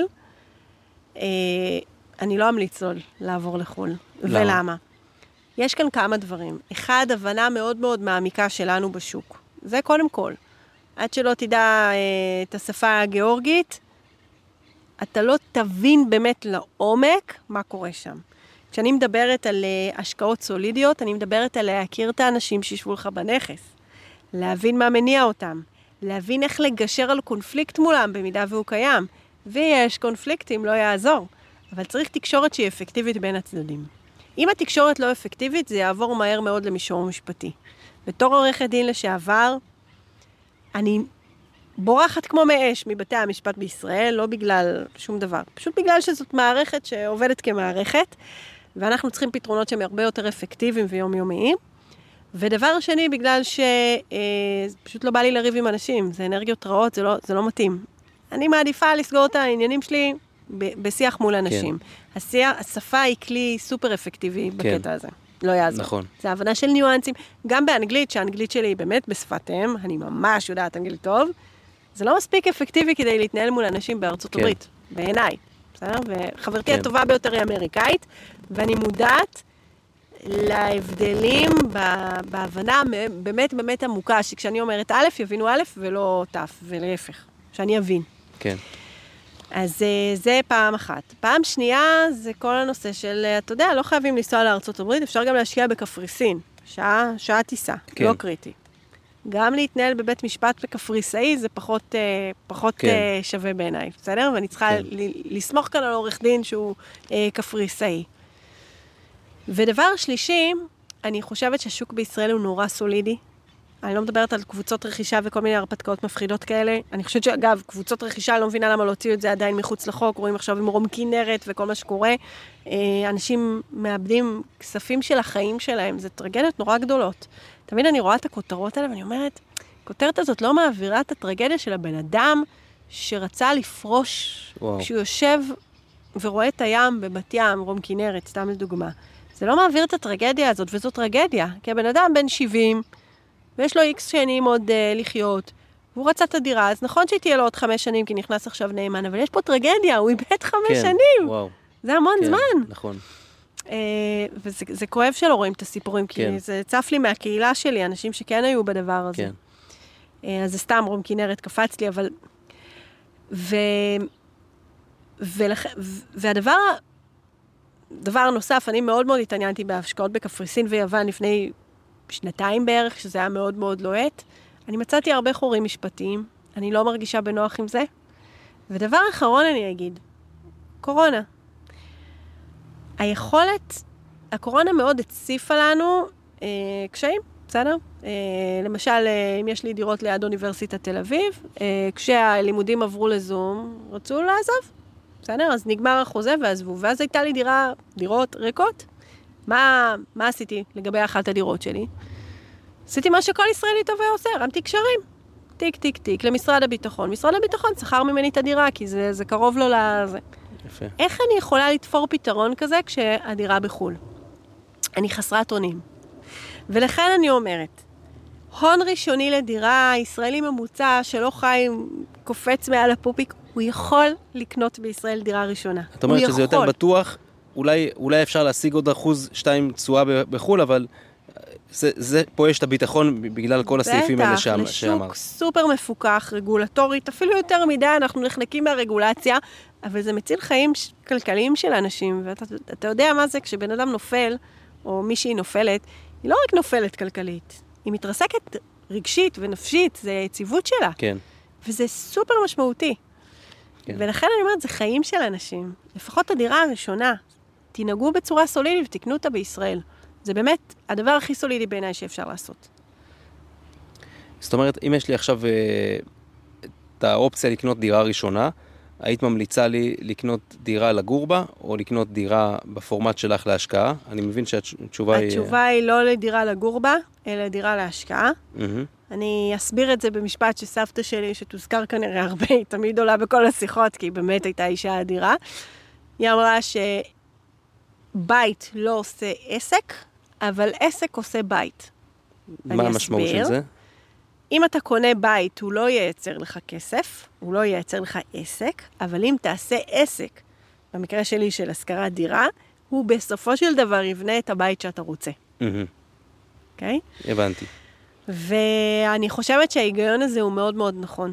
אני לא אמליץ לו לעבור לחול. ולמה? יש כאן כמה דברים. אחד, הבנה מאוד מאוד מעמיקה שלנו בשוק. זה קודם כל. עד שלא תדע את השפה הגיאורגית, אתה לא תבין באמת לעומק מה קורה שם. כשאני מדברת על השקעות סולידיות, אני מדברת על להכיר את האנשים שישבו לך בנכס, להבין מה מניע אותם, להבין איך לגשר על קונפליקט מולם במידה והוא קיים, ויש קונפליקטים, לא יעזור, אבל צריך תקשורת שהיא אפקטיבית בין הצדדים. אם התקשורת לא אפקטיבית, זה יעבור מהר מאוד למישור משפטי. בתור עורכת דין לשעבר, אני בורחת כמו מאש מבתי המשפט בישראל, לא בגלל שום דבר. פשוט בגלל שזאת מערכת שעובדת כמערכת, ואנחנו צריכים פתרונות שהם הרבה יותר אפקטיביים ויומיומיים. ודבר שני, בגלל שפשוט לא בא לי לריב עם אנשים, זה אנרגיות רעות, זה לא מתאים. אני מעדיפה לסגור את העניינים שלי בשיח מול אנשים. השפה היא כלי סופר אפקטיבי בקטע הזה. לא יעזור. נכון. זה הבנה של ניואנסים. גם באנגלית, שהאנגלית שלי היא באמת בשפת אם, אני ממש יודעת אנגלית טוב, זה לא מספיק אפקטיבי כדי להתנהל מול אנשים בארצות הברית, בעיניי. בסדר? וחברתי הטובה ביותר היא אמריקאית, ואני מודעת להבדלים בהבנה באמת באמת עמוקה, שכשאני אומרת א', יבינו א' ולא ת', ולהפך, שאני אבין. כן. אז זה פעם אחת. פעם שנייה זה כל הנושא של, אתה יודע, לא חייבים לנסוע לארצות הברית, אפשר גם להשקיע בקפריסין, שעה טיסה, לא קריטי. גם להתנהל בבית משפט בקפריסאי זה פחות שווה בעיניי, בסדר? ואני צריכה לסמוך כאן על עורך דין שהוא קפריסאי. ודבר שלישי, אני חושבת שהשוק בישראל הוא נורא סולידי. אני לא מדברת על קבוצות רכישה וכל מיני הרפתקאות מפחידות כאלה. אני חושבת שאגב, קבוצות רכישה, לא מבינה למה להוציא את זה עדיין מחוץ לחוק, רואים עכשיו עם רום כנרת וכל מה שקורה. אנשים מאבדים כספים של החיים שלהם, זה טרגדיות נורא גדולות. תמיד אני רואה את הכותרות האלה ואני אומרת, הכותרת הזאת לא מעבירה את הטרגדיה של הבן אדם שרצה לפרוש, כשהוא יושב ורואה את הים בבת ים, רום כנרת, סתם לדוגמה. זה לא מעביר את הטרגדיה הזאת, וזו טרגדיה, כי הבן אדם בן 70, ויש לו איקס שנים עוד לחיות, והוא רצה את הדירה, אז נכון שתהיה לו עוד 5 שנים, כי נכנס עכשיו נאמן, אבל יש פה טרגדיה, הוא איבד 5 שנים. וואו. זה המון זמן. נכון. וזה כואב שלא רואים את הסיפורים, כי זה צף לי מהקהילה שלי, אנשים שכן היו בדבר הזה. אז זה סתם, רום כנרת קפץ לי, אבל... דבר נוסף, אני מאוד מאוד התעניינתי בהשקעות בקפריסין ויוון לפני 2 בערך, שזה היה מאוד מאוד לוהט. אני מצאתי הרבה חורים משפטיים, אני לא מרגישה בנוח עם זה. ודבר אחרון אני אגיד, קורונה. הקורונה מאוד הציפה לנו קשיים, בסדר? למשל, אם יש לי דירות ליד אוניברסיטת תל אביב, כשהלימודים עברו לזום, רצו לעזוב. בסדר? אז נגמר החוזה ועזבו, ואז הייתה לי דירות ריקות. מה עשיתי לגבי אחת הדירות שלי? עשיתי מה שכל ישראלי טוב עושה, הרמתי קשרים. טיק, טיק, טיק, למשרד הביטחון. משרד הביטחון שכר ממני את הדירה, כי זה קרוב לו לזה. יפה. איך אני יכולה לתפור פתרון כזה כשהדירה בחול? אני חסרת אונים. ולכן אני אומרת, הון ראשוני לדירה, ישראלי ממוצע שלא חי קופץ מעל הפופיק, הוא יכול לקנות בישראל דירה ראשונה. את אומרת שזה יותר בטוח, אולי אפשר להשיג עוד 1-2% תשואה בחול, אבל פה יש את הביטחון בגלל כל הסעיפים האלה שאמרת. בטח, לשוק סופר מפוקח, רגולטורית, אפילו יותר מדי, אנחנו נחנקים מהרגולציה, אבל זה מציל חיים כלכליים של אנשים, ואתה יודע מה זה, כשבן אדם נופל, או מישהי נופלת, היא לא רק נופלת כלכלית, היא מתרסקת רגשית ונפשית, זה יציבות שלה. כן. וזה סופר משמעותי. כן. ולכן אני אומרת, זה חיים של אנשים. לפחות הדירה הראשונה, תנהגו בצורה סולידית ותקנו אותה בישראל. זה באמת הדבר הכי סולידי בעיניי שאפשר לעשות. זאת אומרת, אם יש לי עכשיו את האופציה לקנות דירה ראשונה, היית ממליצה לי לקנות דירה לגור בה, או לקנות דירה בפורמט שלך להשקעה? אני מבין שהתשובה היא... התשובה היא לא לדירה לגור בה, אלא דירה להשקעה. אני אסביר את זה במשפט שסבתא שלי, שתוזכר כנראה הרבה, היא תמיד עולה בכל השיחות, כי היא באמת הייתה אישה אדירה. היא אמרה שבית לא עושה עסק, אבל עסק עושה בית. מה המשמעות של זה? אם אתה קונה בית, הוא לא ייצר לך כסף, הוא לא ייצר לך עסק, אבל אם תעשה עסק, במקרה שלי של השכרת דירה, הוא בסופו של דבר יבנה את הבית שאתה רוצה. אוקיי? הבנתי. ואני חושבת שההיגיון הזה הוא מאוד מאוד נכון.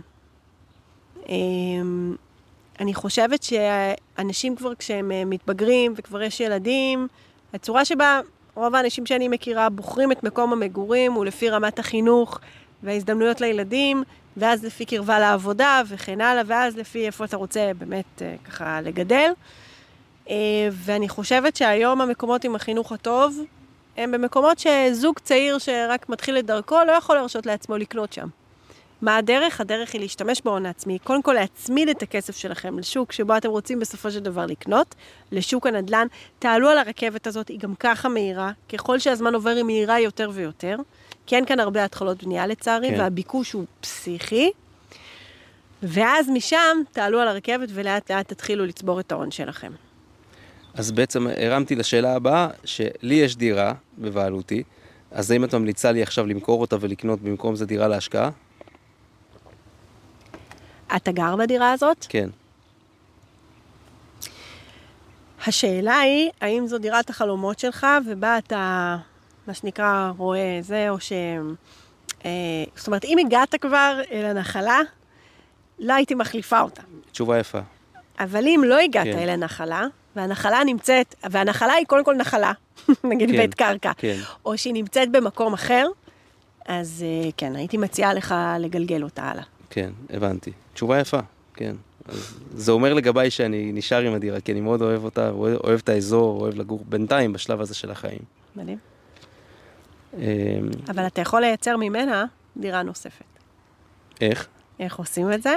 אני חושבת שאנשים כבר כשהם מתבגרים וכבר יש ילדים, הצורה שבה רוב האנשים שאני מכירה בוחרים את מקום המגורים, הוא לפי רמת החינוך וההזדמנויות לילדים, ואז לפי קרבה לעבודה וכן הלאה, ואז לפי איפה אתה רוצה באמת ככה לגדל. ואני חושבת שהיום המקומות עם החינוך הטוב, הם במקומות שזוג צעיר שרק מתחיל את דרכו, לא יכול להרשות לעצמו לקנות שם. מה הדרך? הדרך היא להשתמש בהון העצמי. קודם כל להצמיד את הכסף שלכם לשוק שבו אתם רוצים בסופו של דבר לקנות, לשוק הנדל"ן. תעלו על הרכבת הזאת, היא גם ככה מהירה. ככל שהזמן עובר היא מהירה יותר ויותר. כי אין כאן הרבה התחלות בנייה לצערי, כן. והביקוש הוא פסיכי. ואז משם תעלו על הרכבת ולאט לאט תתחילו לצבור את ההון שלכם. אז בעצם הרמתי לשאלה הבאה, שלי יש דירה בבעלותי, אז האם את ממליצה לי עכשיו למכור אותה ולקנות במקום זה דירה להשקעה? אתה גר בדירה הזאת? כן. השאלה היא, האם זו דירת החלומות שלך, ובה אתה, מה שנקרא, רואה זה, או ש... זאת אומרת, אם הגעת כבר אל הנחלה, לא הייתי מחליפה אותה. תשובה יפה. אבל אם לא הגעת אל הנחלה, והנחלה נמצאת, והנחלה היא קודם כל נחלה, נגיד בית קרקע, או שהיא נמצאת במקום אחר, אז כן, הייתי מציעה לך לגלגל אותה הלאה. כן, הבנתי. תשובה יפה, כן. אז זה אומר לגביי שאני נשאר עם הדירה, כי אני מאוד אוהב אותה, אוהב את האזור, אוהב לגור בינתיים בשלב הזה של החיים. מדהים. אבל אתה יכול לייצר ממנה דירה נוספת. איך? איך עושים את זה?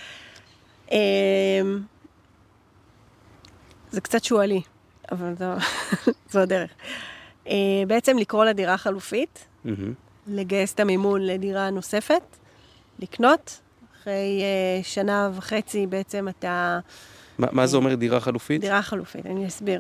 זה קצת שואלי, אבל זו הדרך. בעצם לקרוא לדירה חלופית, לגייס את המימון לדירה נוספת, לקנות, אחרי שנה וחצי בעצם אתה... מה זה אומר דירה חלופית? דירה חלופית, אני אסביר.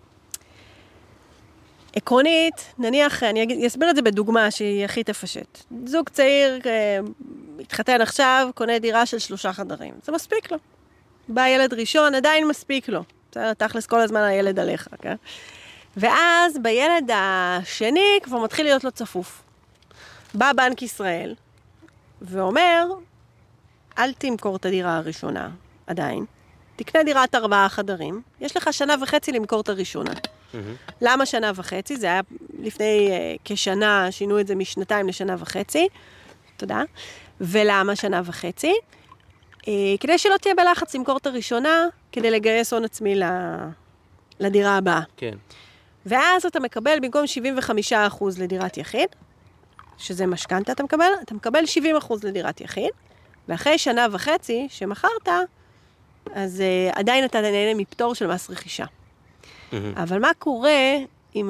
עקרונית, נניח, אני אסביר את זה בדוגמה שהיא הכי תפשט. זוג צעיר התחתן עכשיו, קונה דירה של 3 חדרים. זה מספיק לו. בא ילד ראשון, עדיין מספיק לו. תכלס כל הזמן הילד עליך, כן? ואז בילד השני כבר מתחיל להיות לו צפוף. בא בנק ישראל ואומר, אל תמכור את הדירה הראשונה, עדיין. תקנה דירת 4 חדרים, יש לך 1.5 שנה למכור את הראשונה. למה 1.5 שנה? זה היה לפני כשנה, שינו את זה מ2 ל1.5 שנה. תודה. ולמה 1.5 שנה? כדי שלא תהיה בלחץ למכור את הראשונה, כדי לגייס הון עצמי לדירה הבאה. כן. ואז אתה מקבל במקום 75% לדירת יחיד, שזה משכנתה אתה מקבל 70% לדירת יחיד, ואחרי 1.5 שנה שמכרת, אז עדיין אתה נהנה מפטור של מס רכישה. אבל מה קורה אם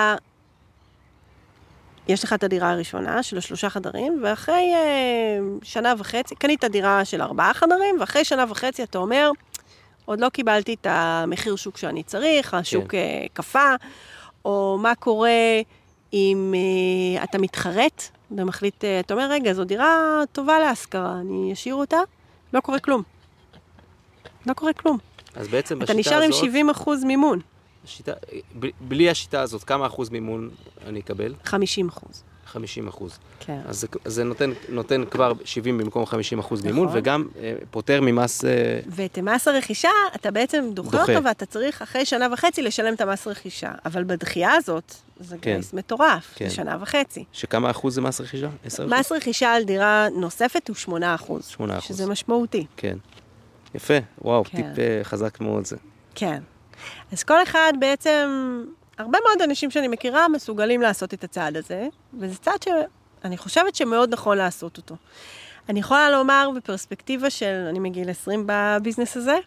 יש לך את הדירה הראשונה של 3 חדרים, ואחרי 1.5 שנה, קנית דירה של 4 חדרים, ואחרי 1.5 שנה אתה אומר, עוד לא קיבלתי את המחיר שוק שאני צריך, השוק קפה, או מה קורה אם אתה מתחרט, ומחליט, אתה אומר, רגע, זו דירה טובה להשכרה, אני אשאיר אותה, לא קורה כלום. לא קורה כלום. אז בעצם אתה נשאר עם 70% מימון. בלי השיטה הזאת, כמה אחוז מימון אני אקבל? 50%. 50%. כן. אז זה נותן כבר 70 במקום 50% מימון, וגם פותר ממס... ואת מס הרכישה, אתה בעצם דוחה אותו, ואתה צריך אחרי 1.5 שנה לשלם את המס רכישה. אבל בדחייה הזאת, זה גייס מטורף, זה 1.5 שנה. שכמה אחוז זה מס רכישה? 10%? מס רכישה על דירה נוספת הוא 8%. 8%. שזה משמעותי. כן. יפה, וואו, טיפ חזק מאוד זה. כן. אז כל אחד בעצם, הרבה מאוד אנשים שאני מכירה מסוגלים לעשות את הצעד הזה, וזה צעד שאני חושבת שמאוד נכון לעשות אותו. אני יכולה לומר בפרספקטיבה של, אני מגיל 20 בביזנס הזה,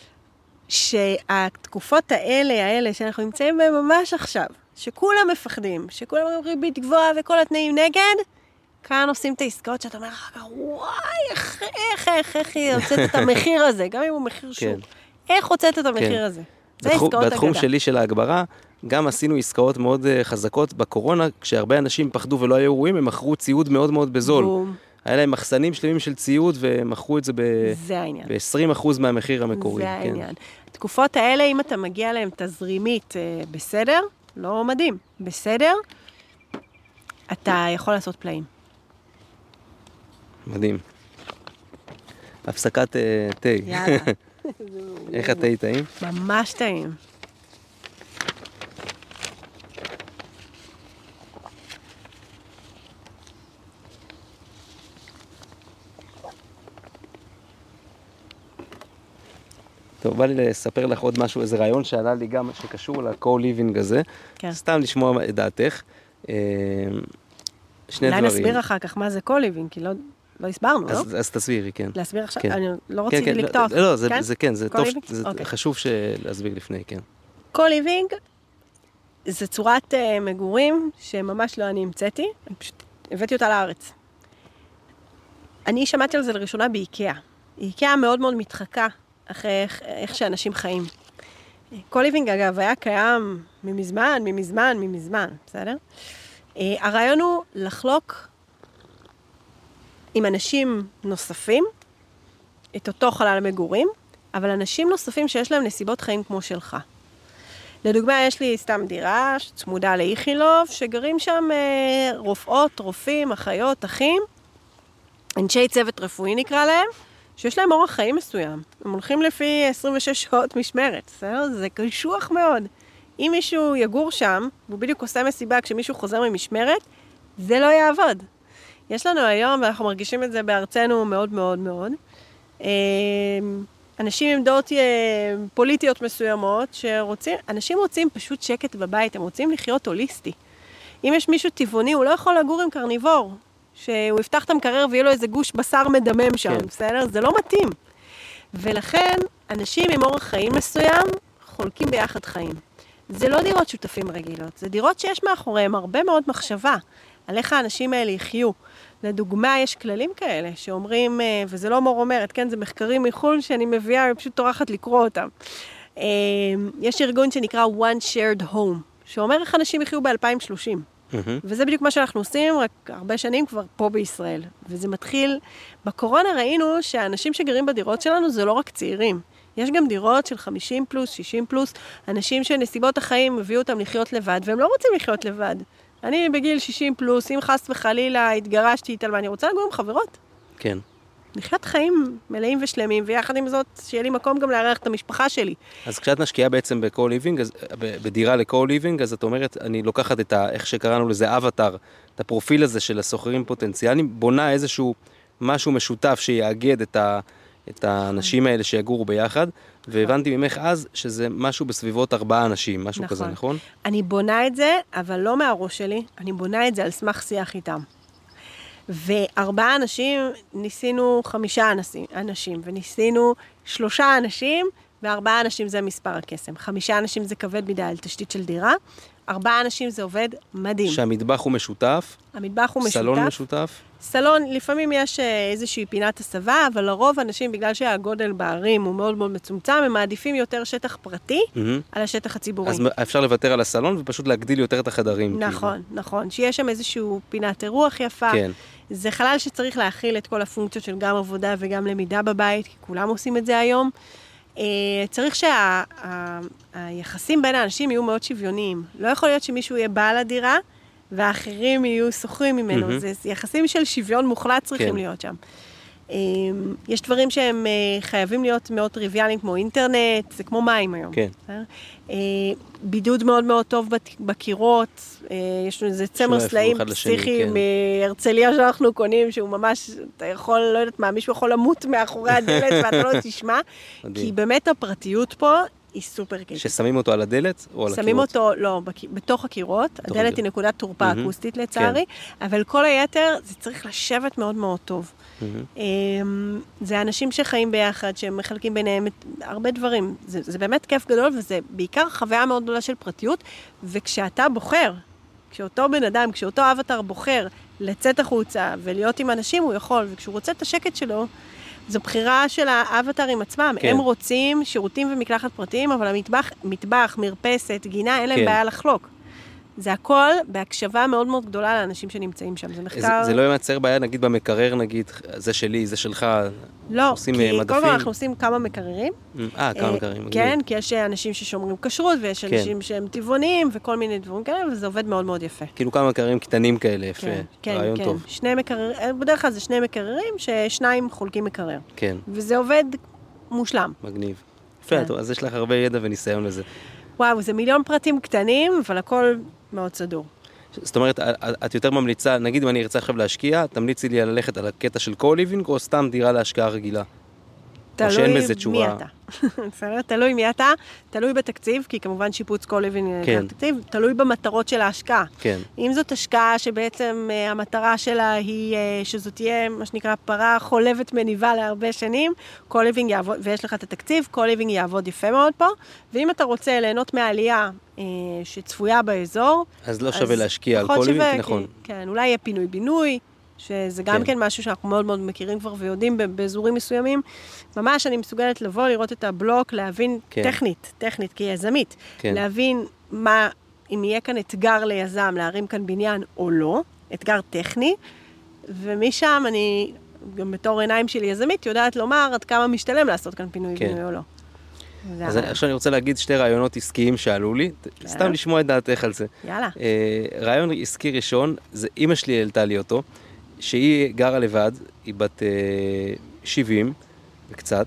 שהתקופות האלה שאנחנו נמצאים בהם ממש עכשיו, שכולם מפחדים, שכולם אומרים ריבית גבוהה וכל התנאים נגד, כאן עושים את העסקאות שאתה אומר, וואי, איך היא הוצאת את המחיר הזה, גם אם הוא מחיר שוק. איך הוצאת את המחיר הזה? זה עסקאות אגדה. בתחום שלי של ההגברה, גם עשינו עסקאות מאוד חזקות בקורונה, כשהרבה אנשים פחדו ולא היו רואים, הם מכרו ציוד מאוד מאוד בזול. היה להם מחסנים שלמים של ציוד, ומכרו את זה ב-20% מהמחיר המקורי. זה העניין. התקופות האלה, אם אתה מגיע להם תזרימית בסדר, לא מדהים, בסדר, אתה יכול לעשות פלאים. מדהים. הפסקת תה. יאללה. איך התה טעים? ממש טעים. טוב, בא לי לספר לך עוד משהו, איזה רעיון שעלה לי גם שקשור ל-co-living הזה. כן. סתם לשמוע את דעתך. שני דברים. אולי נסביר אחר כך מה זה co-living, כי לא הסברנו, לא? אז תסבירי, כן. להסביר עכשיו? כן. אני לא רציתי לקטוע. לא, זה כן, זה טוב, זה אוקיי. חשוב להסביר לפני, כן. co-living זה צורת מגורים שממש לא אני המצאתי, אני פשוט הבאתי אותה לארץ. אני שמעתי על זה לראשונה באיקאה. איקאה מאוד מאוד מתחקה אחרי איך שאנשים חיים. קוליבינג, אגב, היה קיים ממזמן, בסדר? הרעיון הוא לחלוק עם אנשים נוספים את אותו חלל מגורים, אבל אנשים נוספים שיש להם נסיבות חיים כמו שלך. לדוגמה, יש לי סתם דירה שצמודה לאיכילוב, שגרים שם רופאות, רופאים, אחיות, אחים, אנשי צוות רפואי נקרא להם, שיש להם אורח חיים מסוים. הם הולכים לפי 26 שעות משמרת, בסדר? זה קשוח מאוד. אם מישהו יגור שם, והוא בדיוק עושה מסיבה כשמישהו חוזר ממשמרת, זה לא יעבוד. יש לנו היום, ואנחנו מרגישים את זה בארצנו מאוד מאוד מאוד, אנשים עם דעות פוליטיות מסוימות, אנשים רוצים פשוט שקט בבית, הם רוצים לחיות הוליסטי. אם יש מישהו טבעוני, הוא לא יכול לגור עם קרניבור, שהוא יפתח את המקרר ויהיה לו איזה גוש בשר מדמם שם, כן. בסדר? זה לא מתאים. ולכן, אנשים עם אורח חיים מסוים, חולקים ביחד חיים. זה לא דירות שותפים רגילות, זה דירות שיש מאחוריהם הרבה מאוד מחשבה, על איך האנשים האלה יחיו. לדוגמה, יש כללים כאלה שאומרים, וזה לא מור אומרת, כן, זה מחקרים מחול שאני מביאה, פשוט טורחת לקרוא אותם. יש ארגון שנקרא One Shared Home, שאומר איך אנשים יחיו ב-2030. וזה בדיוק מה שאנחנו עושים, רק הרבה שנים כבר פה בישראל. וזה מתחיל, בקורונה ראינו שהאנשים שגרים בדירות שלנו זה לא רק צעירים. יש גם דירות של 50 פלוס, 60 פלוס, אנשים שנסיבות החיים הביאו אותם לחיות לבד, והם לא רוצים לחיות לבד. אני בגיל 60 פלוס, אם חס וחלילה התגרשתי איתה, ואני רוצה לגור עם חברות. כן. לחיות חיים מלאים ושלמים, ויחד עם זאת, שיהיה לי מקום גם לארח את המשפחה שלי. אז כשאת משקיעה בעצם בקו-ליבינג, בדירה לקו-ליבינג, אז את אומרת, אני לוקחת את איך שקראנו לזה אבטר, את הפרופיל הזה של הסוחרים פוטנציאליים, בונה איזשהו משהו משותף שיאגד את האנשים האלה שיגורו ביחד, והבנתי ממך אז שזה משהו בסביבות 4 אנשים, משהו כזה, נכון? אני בונה את זה, אבל לא מהראש שלי, אני בונה את זה על סמך שיח איתם. 4 אנשים, ניסינו 5 אנשים, וניסינו 3 אנשים, ו4 אנשים זה מספר הקסם. 5 אנשים זה כבד מדי על תשתית של דירה, 4 אנשים זה עובד מדהים. שהמטבח הוא משותף? המטבח הוא משותף. סלון משותף? סלון, לפעמים יש איזושהי פינת הסבה, אבל לרוב אנשים, בגלל שהגודל בערים הוא מאוד מאוד מצומצם, הם מעדיפים יותר שטח פרטי על השטח הציבורי. אז אפשר לוותר על הסלון ופשוט להגדיל יותר את החדרים. נכון, נכון. שיש שם איזשהו פינת אירוח יפה. כן. זה חלל שצריך להכיל את כל הפונקציות של גם עבודה וגם למידה בבית, כי כולם עושים את זה היום. צריך שהיחסים בין האנשים יהיו מאוד שוויוניים. לא יכול להיות שמישהו יהיה בעל הדירה, והאחרים יהיו שוכרים ממנו. זה יחסים של שוויון מוחלט צריכים להיות שם. יש דברים שהם חייבים להיות מאוד טריוויאליים, כמו אינטרנט, זה כמו מים היום. כן. בידוד מאוד מאוד טוב בקירות, יש לנו איזה צמר סלעים פסיכי מהרצליה שאנחנו קונים, שהוא ממש, אתה יכול, לא יודעת מה, מישהו יכול למות מאחורי הדלת ואתה לא תשמע, כי באמת הפרטיות פה היא סופר קריטית. ששמים אותו על הדלת או על הקירות? שמים אותו, לא, בתוך הקירות, הדלת היא נקודת תורפה אקוסטית לצערי, אבל כל היתר זה צריך לשבת מאוד מאוד טוב. זה אנשים שחיים ביחד, שהם מחלקים ביניהם הרבה דברים. זה באמת כיף גדול, וזה בעיקר חוויה מאוד גדולה של פרטיות, וכשאתה בוחר, כשאותו בן אדם, כשאותו אבטר בוחר לצאת החוצה ולהיות עם אנשים, הוא יכול, וכשהוא רוצה את השקט שלו, זו בחירה של האבטרים עצמם. כן. הם רוצים שירותים ומקלחת פרטיים, אבל מטבח, מרפסת, גינה, אין להם בעיה לחלוק. זה הכל בהקשבה מאוד מאוד גדולה לאנשים שנמצאים שם. זה מחקר... זה לא ימצר בעיה, נגיד במקרר, נגיד, זה שלי, זה שלך. לא, כי קודם כל אנחנו עושים כמה מקררים. כמה מקררים. כן, כי יש אנשים ששומרים כשרות, ויש אנשים שהם טבעוניים, וכל מיני דברים כאלה, וזה עובד מאוד מאוד יפה. כאילו כמה מקררים קטנים כאלה, יפה. רעיון טוב. 2 מקררים, בדרך כלל זה 2 מקררים, ש2 חולקים מקרר. כן. וזה עובד מושלם. מגניב. יפה, אז יש לך הרבה ידע וניסיון לזה. וואו, זה 1,000,000 פרטים קטנים, אבל הכל מאוד סדור. זאת אומרת, את יותר ממליצה, נגיד אם אני ארצה עכשיו להשקיע, תמליצי לי ללכת על הקטע של קו-ליבינג, או סתם דירה להשקעה רגילה? תלוי מי אתה. תלוי מי אתה, תלוי בתקציב, כי כמובן שיפוץ קו-ליבינג תקציב, תלוי במטרות של ההשקעה. אם זאת השקעה שבעצם המטרה שלה היא שזאת תהיה, מה שנקרא, פרה חולבת מניבה להרבה שנים, קו-ליבינג יעבוד, ויש לך את התקציב, קו-ליבינג יעבוד יפה מאוד פה, ואם אתה רוצה ליהנות מהעלייה שצפויה באזור, אז לא שווה להשקיע על קו-ליבינג, נכון. כן, אולי יהיה פינוי-בינוי, שזה גם כן משהו שאנחנו מאוד מאוד מכירים כבר ויודעים באזורים מסוימים. ממש אני מסוגלת לבוא, לראות את הבלוק, להבין טכנית, כיזמית, להבין מה, אם יהיה כאן אתגר ליזם, להרים כאן בניין או לא, אתגר טכני, ומשם אני, גם בתור עיניים שלי יזמית, יודעת לומר עד כמה משתלם לעשות כאן פינוי בינוי או לא. אז עכשיו אני רוצה להגיד שתי רעיונות עסקיים שעלו לי, סתם לשמוע את דעתך על זה. יאללה. רעיון עסקי ראשון, זה אמא שלי העלתה לי אותו, שהיא גרה לבד, היא בת 70 וקצת,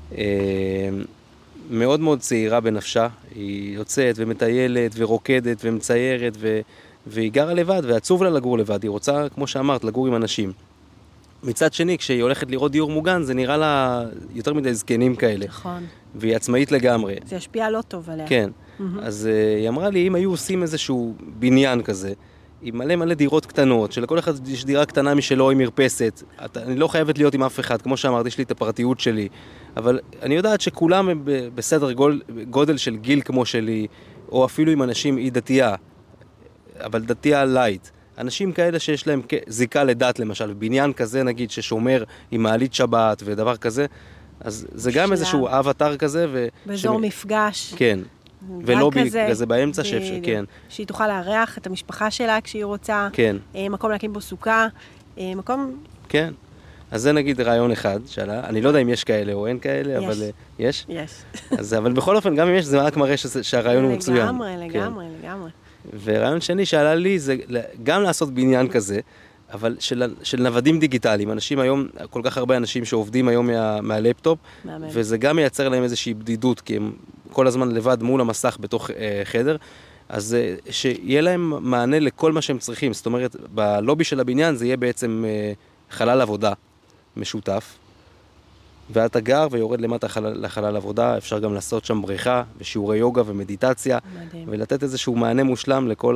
מאוד מאוד צעירה בנפשה, היא יוצאת ומטיילת ורוקדת ומציירת, והיא גרה לבד, ועצוב לה לגור לבד, היא רוצה, כמו שאמרת, לגור עם אנשים. מצד שני, כשהיא הולכת לראות דיור מוגן, זה נראה לה יותר מדי זקנים כאלה. נכון. והיא עצמאית לגמרי. זה ישפיע לא טוב עליה. כן. אז היא אמרה לי, אם היו עושים איזשהו בניין כזה, עם מלא דירות קטנות, שלכל אחד יש דירה קטנה משלו עם מרפסת, אני לא חייבת להיות עם אף אחד, כמו שאמרתי, יש לי את הפרטיות שלי, אבל אני יודעת שכולם הם בסדר גודל של גיל כמו שלי, או אפילו עם אנשים, היא דתייה, אבל דתייה לייט. אנשים כאלה שיש להם זיקה לדת למשל, בניין כזה נגיד ששומר עם מעלית שבת ודבר כזה, אז זה גם איזשהו אבטר כזה. באזור מפגש. כן. ולובי כזה באמצע שאפשר, כן. שהיא תוכל לארח את המשפחה שלה כשהיא רוצה. כן. מקום להקים בו סוכה. מקום... כן. אז זה נגיד רעיון אחד שלה. אני לא יודע אם יש כאלה או אין כאלה, אבל יש? יש. אבל בכל אופן, גם אם יש, זה רק מראה שהרעיון הוא מצוין. לגמרי. ורעיון שני שעלה לי זה גם לעשות בניין כזה, אבל של נוודים דיגיטליים. אנשים היום, כל כך הרבה אנשים שעובדים היום מהלפטופ, וזה גם מייצר להם איזושהי בדידות, כי הם כל הזמן לבד מול המסך בתוך חדר, אז שיהיה להם מענה לכל מה שהם צריכים. זאת אומרת, בלובי של הבניין זה יהיה בעצם חלל עבודה משותף, ואתה גר ויורד למטה לחלל עבודה, אפשר גם לעשות שם בריכה ושיעורי יוגה ומדיטציה, ולתת איזשהו מענה מושלם לכל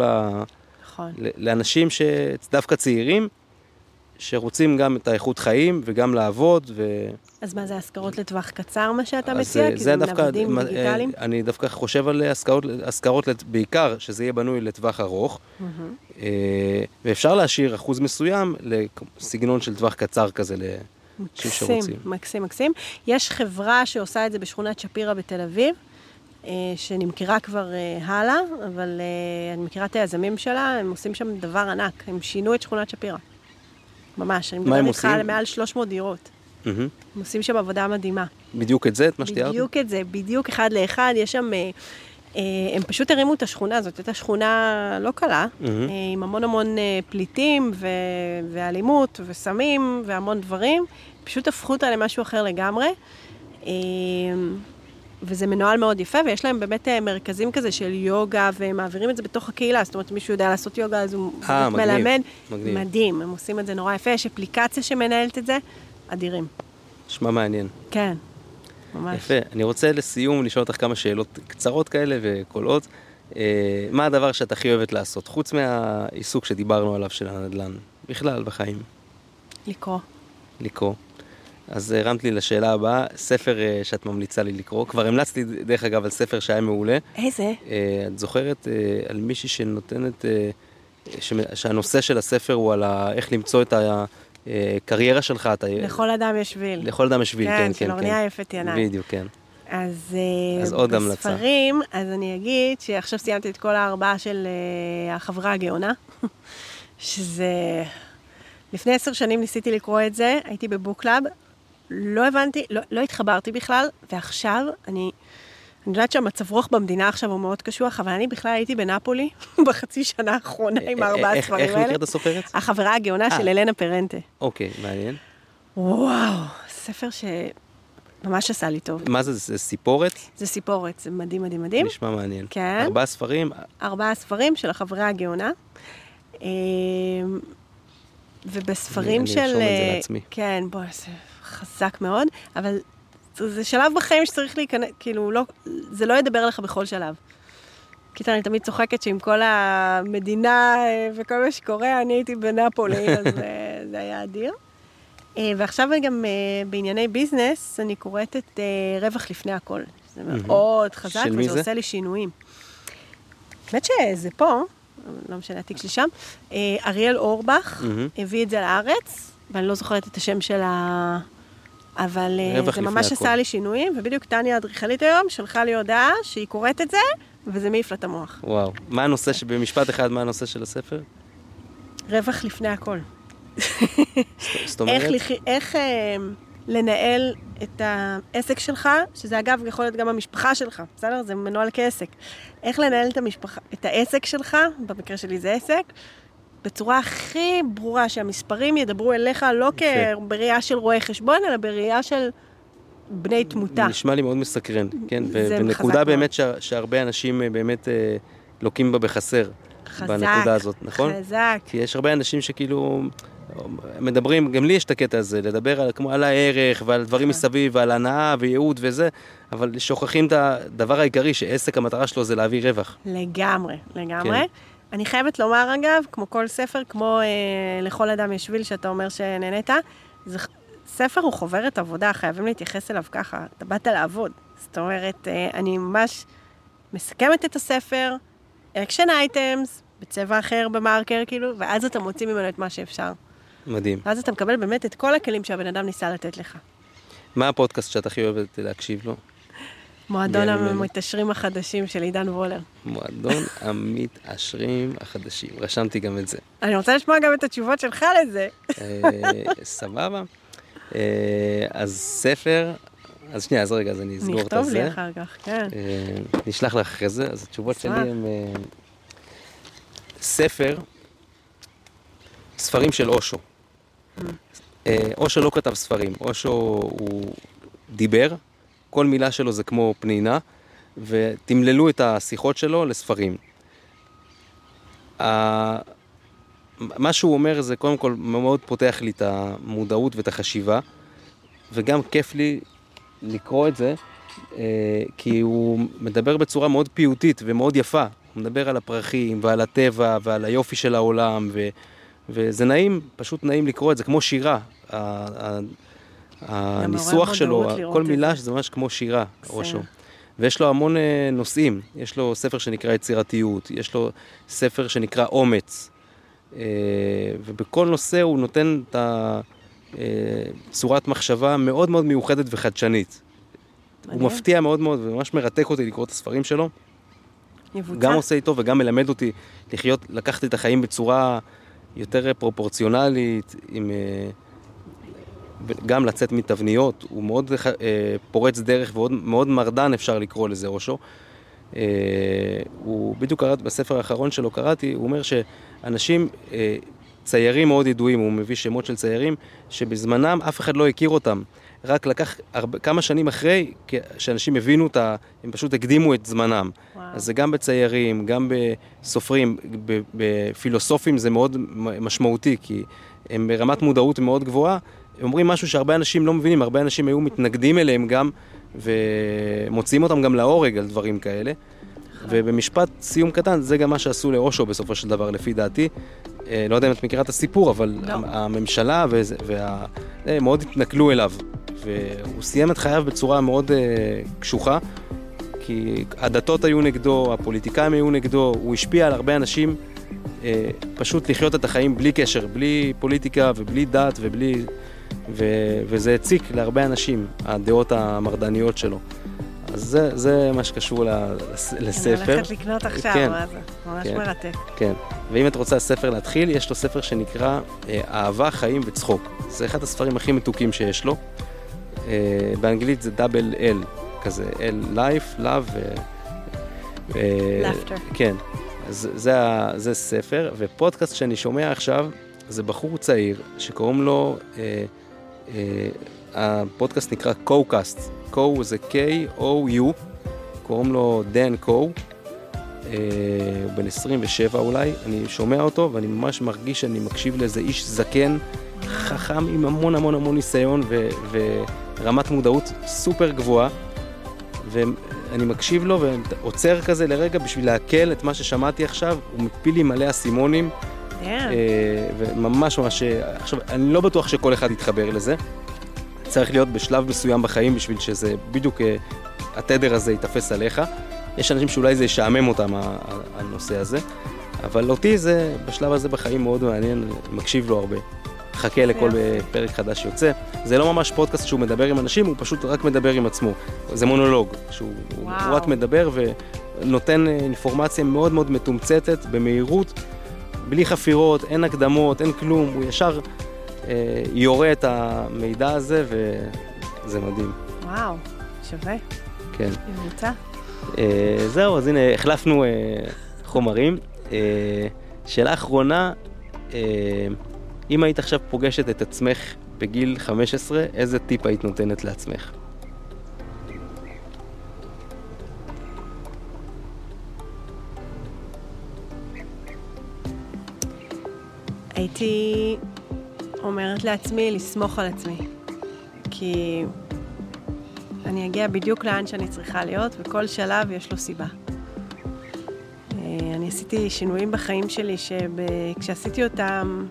לאנשים שדווקא צעירים, שרוצים גם את האיכות חיים וגם לעבוד. אז מה זה, השכרות לטווח קצר מה שאתה מציע? כי זה נוודים דיגיטליים? אני דווקא חושב על השכרות בעיקר, שזה יהיה בנוי לטווח ארוך, ואפשר להשאיר אחוז מסוים לסגנון של טווח קצר כזה מקסים. יש חברה שעושה את זה בשכונת שפירא בתל אביב, שנמכרה כבר הלאה, אבל אני מכירה את היזמים שלה, הם עושים שם דבר ענק, הם שינו את שכונת שפירא. ממש, אני מדברת איתך על מעל 300 דירות. הם עושים שם עבודה מדהימה. בדיוק את זה, את מה שתיארת? בדיוק את זה, בדיוק אחד לאחד, יש שם... הם פשוט הרימו את השכונה הזאת, הייתה שכונה לא קלה, עם המון פליטים ואלימות וסמים והמון דברים, פשוט הפכו אותה למשהו אחר לגמרי, וזה מנוהל מאוד יפה, ויש להם באמת מרכזים כזה של יוגה, והם מעבירים את זה בתוך הקהילה, זאת אומרת, מישהו יודע לעשות יוגה, אז הוא מלמד, מדהים, הם עושים את זה נורא יפה, יש אפליקציה שמנהלת את זה, אדירים. נשמע מעניין. כן. ממש. יפה. אני רוצה לסיום לשאול אותך כמה שאלות קצרות כאלה וקולעות. מה הדבר שאת הכי אוהבת לעשות, חוץ מהעיסוק שדיברנו עליו של הנדל"ן, בכלל בחיים? לקרוא. אז הרמת לי לשאלה הבאה, ספר שאת ממליצה לי לקרוא. כבר המלצתי דרך אגב על ספר שהיה מעולה. איזה? את זוכרת על מישהי שנותנת, שהנושא של הספר הוא על איך למצוא את קריירה שלך. לכל אדם יש שביל. לכל אדם יש שביל, כן. כן, של אורניה יפת ינאי. בדיוק, כן. אז עוד המלצה. בספרים, אז אני אגיד שעכשיו סיימתי את כל הארבעה של החברה הגאונה, שזה... לפני 10 שנים ניסיתי לקרוא את זה, הייתי בבוקלאב, לא הבנתי, לא התחברתי בכלל, ועכשיו אני יודעת שהמצב רוח במדינה עכשיו הוא מאוד קשוח, אבל אני בכלל הייתי בנפולי בחצי שנה האחרונה עם 4 הספרים האלה. איך נקראת הסופרת? החברה הגאונה של אלנה פרנטה. אוקיי, מעניין. וואו, ספר שממש עשה לי טוב. מה זה? זה סיפורת? זה סיפורת, זה מדהים, מדהים, מדהים. נשמע מעניין. כן. 4 ספרים? 4 ספרים של החברה הגאונה. ובספרים של... אני ארשום את זה לעצמי. כן, בוא, זה חזק מאוד, אבל זה שלב בחיים שצריך להיכנס, כאילו, לא, זה לא ידבר לך בכל שלב. כי אני תמיד צוחקת שעם כל המדינה וכל מה שקורה, אני הייתי בנפולי, אז זה היה אדיר. ועכשיו גם בענייני ביזנס, אני קוראת את רווח לפני הכל. זה מאוד חזק, וזה עושה לי שינויים. באמת שזה פה, לא משנה, התיק שלי שם. אריאל אורבך הביא את זה לארץ, ואני לא זוכרת את השם שלה, אבל זה ממש עשה לי שינויים, ובדיוק טניה האדריכלית היום שלחה לי הודעה שהיא קוראת את זה, וזה מעיף לה את המוח. וואו. מה הנושא, במשפט אחד, מה הנושא של הספר? רווח לפני הכל. זאת אומרת? איך לנהל את העסק שלך, שזה אגב יכול להיות גם המשפחה שלך, בסדר? זה מנוהל כעסק. איך לנהל את העסק שלך, במקרה שלי זה עסק, בצורה הכי ברורה, שהמספרים ידברו אליך לא בראייה של רואי חשבון, אלא בראייה של בני תמותה. נשמע לי מאוד מסקרן, כן? ונקודה באמת שהרבה אנשים באמת לוקים בה בחסר. בנקודה הזאת, נכון? חזק. כי יש הרבה אנשים שכאילו מדברים, גם לי יש את הקטע הזה, לדבר על הערך ועל דברים מסביב ועל הנאה וייעוד וזה, אבל שוכחים את הדבר העיקרי, שעסק המטרה שלו זה להביא רווח. לגמרי, לגמרי. כן. אני חייבת לומר אגב, כמו כל ספר, כמו לכל אדם יש שביל שאתה אומר שנהנית, ספר הוא חוברת עבודה, חייבים להתייחס אליו ככה, אתה באת לעבוד. זאת אומרת, אני ממש מסכמת את הספר, אקשן אייטמס, בצבע אחר במרקר, כאילו, ואז אתה מוציא ממנו את מה שאפשר. מדהים. ואז אתה מקבל באמת את כל הכלים שהבן אדם ניסה לתת לך. מה הפודקאסט שאתה הכי אוהבת להקשיב לו? מועדון המתעשרים החדשים של עידן וולר. מועדון המתעשרים החדשים. רשמתי גם את זה. אני רוצה לשמוע גם את התשובות שלך לזה. סבבה. אז ספר... אז שנייה, אז רגע, אז אני אסגור את הזה. נכתוב לי אחר כך, כן. נשלח לך אחרי זה, אז התשובות שלי הן... ספרים של אושו. אושו לא כתב ספרים, אושו הוא דיבר, כל מילה שלו זה כמו פנינה, ותמללו את השיחות שלו לספרים. מה שהוא אומר זה קודם כל מאוד פותח לי את המודעות ואת החשיבה, וגם כיף לי לקרוא את זה, כי הוא מדבר בצורה מאוד פיוטית ומאוד יפה. הוא מדבר על הפרחים ועל הטבע ועל היופי של העולם, וזה נעים, פשוט נעים לקרוא את זה, כמו שירה. הניסוח שלו, כל מילה שזה ממש כמו שירה, אושו. ויש לו המון נושאים. יש לו ספר שנקרא יצירתיות, יש לו ספר שנקרא אומץ, ובכל נושא הוא נותן את צורת מחשבה מאוד מאוד מיוחדת וחדשנית. הוא מפתיע מאוד מאוד, וממש מרתק אותי לקרוא את הספרים שלו. גם עושה איתו וגם מלמד אותי לקחת את החיים בצורה יותר פרופורציונלית, גם לצאת מתבניות. הוא מאוד פורץ דרך ומאוד מרדן, אפשר לקרוא לזה אושו. הוא בדיוק קראת, בספר האחרון שלו קראתי, הוא אומר שאנשים ציירים מאוד ידועים, הוא מביא שמות של ציירים, שבזמנם אף אחד לא הכיר אותם. רק לקח כמה שנים אחרי, שאנשים הבינו הם פשוט הקדימו את זמנם. וואו. אז זה גם בציירים, גם בסופרים, בפילוסופים זה מאוד משמעותי, כי הם ברמת מודעות מאוד גבוהה, הם אומרים משהו שהרבה אנשים לא מבינים, הרבה אנשים היו מתנגדים אליהם גם, ומוציאים אותם גם להורג על דברים כאלה. ובמשפט סיום קטן, זה גם מה שעשו לאושו בסופו של דבר, לפי דעתי. לא יודע אם את מכירה את הסיפור, אבל הממשלה מאוד התנכלו אליו. והוא סיים את חייו בצורה מאוד קשוחה, כי הדתות היו נגדו, הפוליטיקאים היו נגדו, הוא השפיע על הרבה אנשים פשוט לחיות את החיים בלי קשר, בלי פוליטיקה ובלי דת וזה הציק להרבה אנשים, הדעות המרדניות שלו. אז זה מה שקשור לספר. אני הולכת לקנות עכשיו, כן, מה זה? ממש כן, מרתק. כן, ואם את רוצה ספר להתחיל, יש לו ספר שנקרא אהבה, חיים וצחוק. זה אחד הספרים הכי מתוקים שיש לו. באנגלית זה דאבל L, כזה L, life, love laughter. כן, אז זה ספר, ופודקאסט שאני שומע עכשיו, זה בחור צעיר שקוראים לו, הפודקאסט נקרא קו-קאסט. קו זה K-O-U, קוראים לו דן קו, בן 27 אולי, אני שומע אותו ואני ממש מרגיש שאני מקשיב לאיזה איש זקן, חכם עם המון המון המון ניסיון ורמת מודעות סופר גבוהה, ואני מקשיב לו ועוצר כזה לרגע בשביל להקל את מה ששמעתי עכשיו, הוא מפיל לי מלא אסימונים, וממש ממש, עכשיו אני לא בטוח שכל אחד יתחבר לזה, צריך להיות בשלב מסוים בחיים בשביל שזה בדיוק התדר הזה יתפס עליך. יש אנשים שאולי זה ישעמם אותם הנושא הזה, אבל אותי זה בשלב הזה בחיים מאוד מעניין, מקשיב לו הרבה. חכה לכל פרק חדש יוצא. זה לא ממש פודקאסט שהוא מדבר עם אנשים, הוא פשוט רק מדבר עם עצמו. זה מונולוג, שהוא רק מדבר ונותן אינפורמציה מאוד מאוד מתומצתת, במהירות, בלי חפירות, אין הקדמות, אין כלום, הוא ישר יורה את המידע הזה, וזה מדהים. וואו, שווה. כן. נמצא. זהו, אז הנה, החלפנו חומרים. שאלה אחרונה, אם היית עכשיו פוגשת את עצמך בגיל 15, איזה טיפ היית נותנת לעצמך? הייתי אומרת לעצמי לסמוך על עצמי, כי אני אגיע בדיוק לאן שאני צריכה להיות, וכל שלב יש לו סיבה. אני עשיתי שינויים בחיים שלי, שכשעשיתי אותם,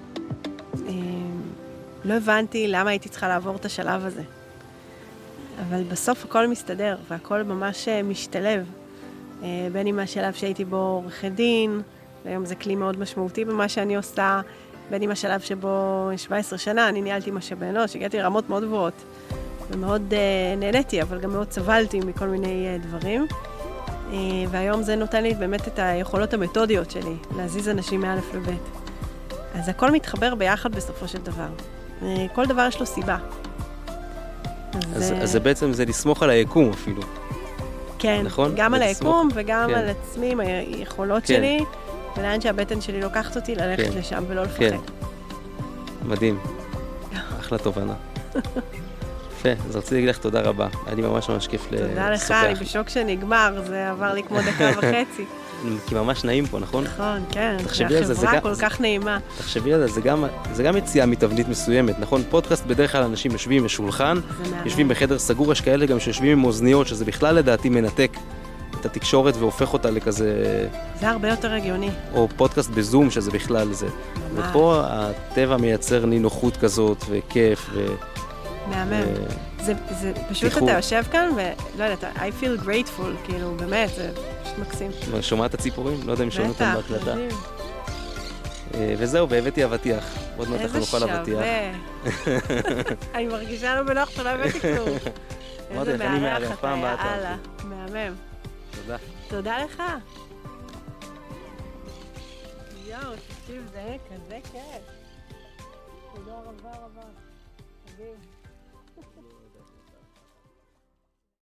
לא הבנתי למה הייתי צריכה לעבור את השלב הזה. אבל בסוף הכל מסתדר, והכל ממש משתלב. בין עם השלב שהייתי בו עורכת דין, והיום זה כלי מאוד משמעותי במה שאני עושה, בין עם השלב שבו 17 שנה אני ניהלתי משאבי אנוש, הגעתי לרמות מאוד גבוהות, ומאוד נהניתי, אבל גם מאוד סבלתי מכל מיני דברים. והיום זה נותן לי באמת את היכולות המתודיות שלי, להזיז אנשים מאלף לבית. אז הכל מתחבר ביחד בסופו של דבר. כל דבר יש לו סיבה. אז זה בעצם, זה לסמוך על היקום אפילו. כן, נכון? גם על היקום וגם על עצמי, עם היכולות שלי, ולאן שהבטן שלי לוקחת אותי ללכת לשם ולא לפחד. כן, מדהים. אחלה תובנה. יפה, אז רציתי להגיד לך תודה רבה. היה לי ממש כיף לשוחח. תודה לך, אני בשוק שנגמר, זה עבר לי כמו דקה וחצי. כי ממש נעים פה, נכון? נכון, כן. תחשבי על זה, זה חברה כל כך נעימה. תחשבי על זה, זה גם יציאה מתבנית מסוימת, נכון? פודקאסט בדרך כלל אנשים יושבים בשולחן, יושבים בחדר סגור, יש כאלה גם שיושבים עם אוזניות, שזה בכלל לדעתי מנתק את התקשורת והופך אותה לכזה... זה הרבה יותר הגיוני. או פודקאסט בזום, שזה בכלל זה. ופה הטבע מייצר נינוחות כזאת, וכיף, מהמם. זה פשוט אתה יושב כאן, ולא יודעת, I feel grateful, כאילו, באמת, זה פשוט מקסים. שומעת את הציפורים? לא יודע אם שומעים אותם בהקלטה. וזהו, והבאתי אבטיח. עוד מעט אנחנו נוכל אבטיח. איזה שווה. אני מרגישה לא בנוח שלא הבאתי כלום. אמרתי לך, אני מארח פעם באת. הלאה, מהמם. תודה. תודה לך. יואו, תקשיב, זה כזה כיף. תודה רבה. מדהים.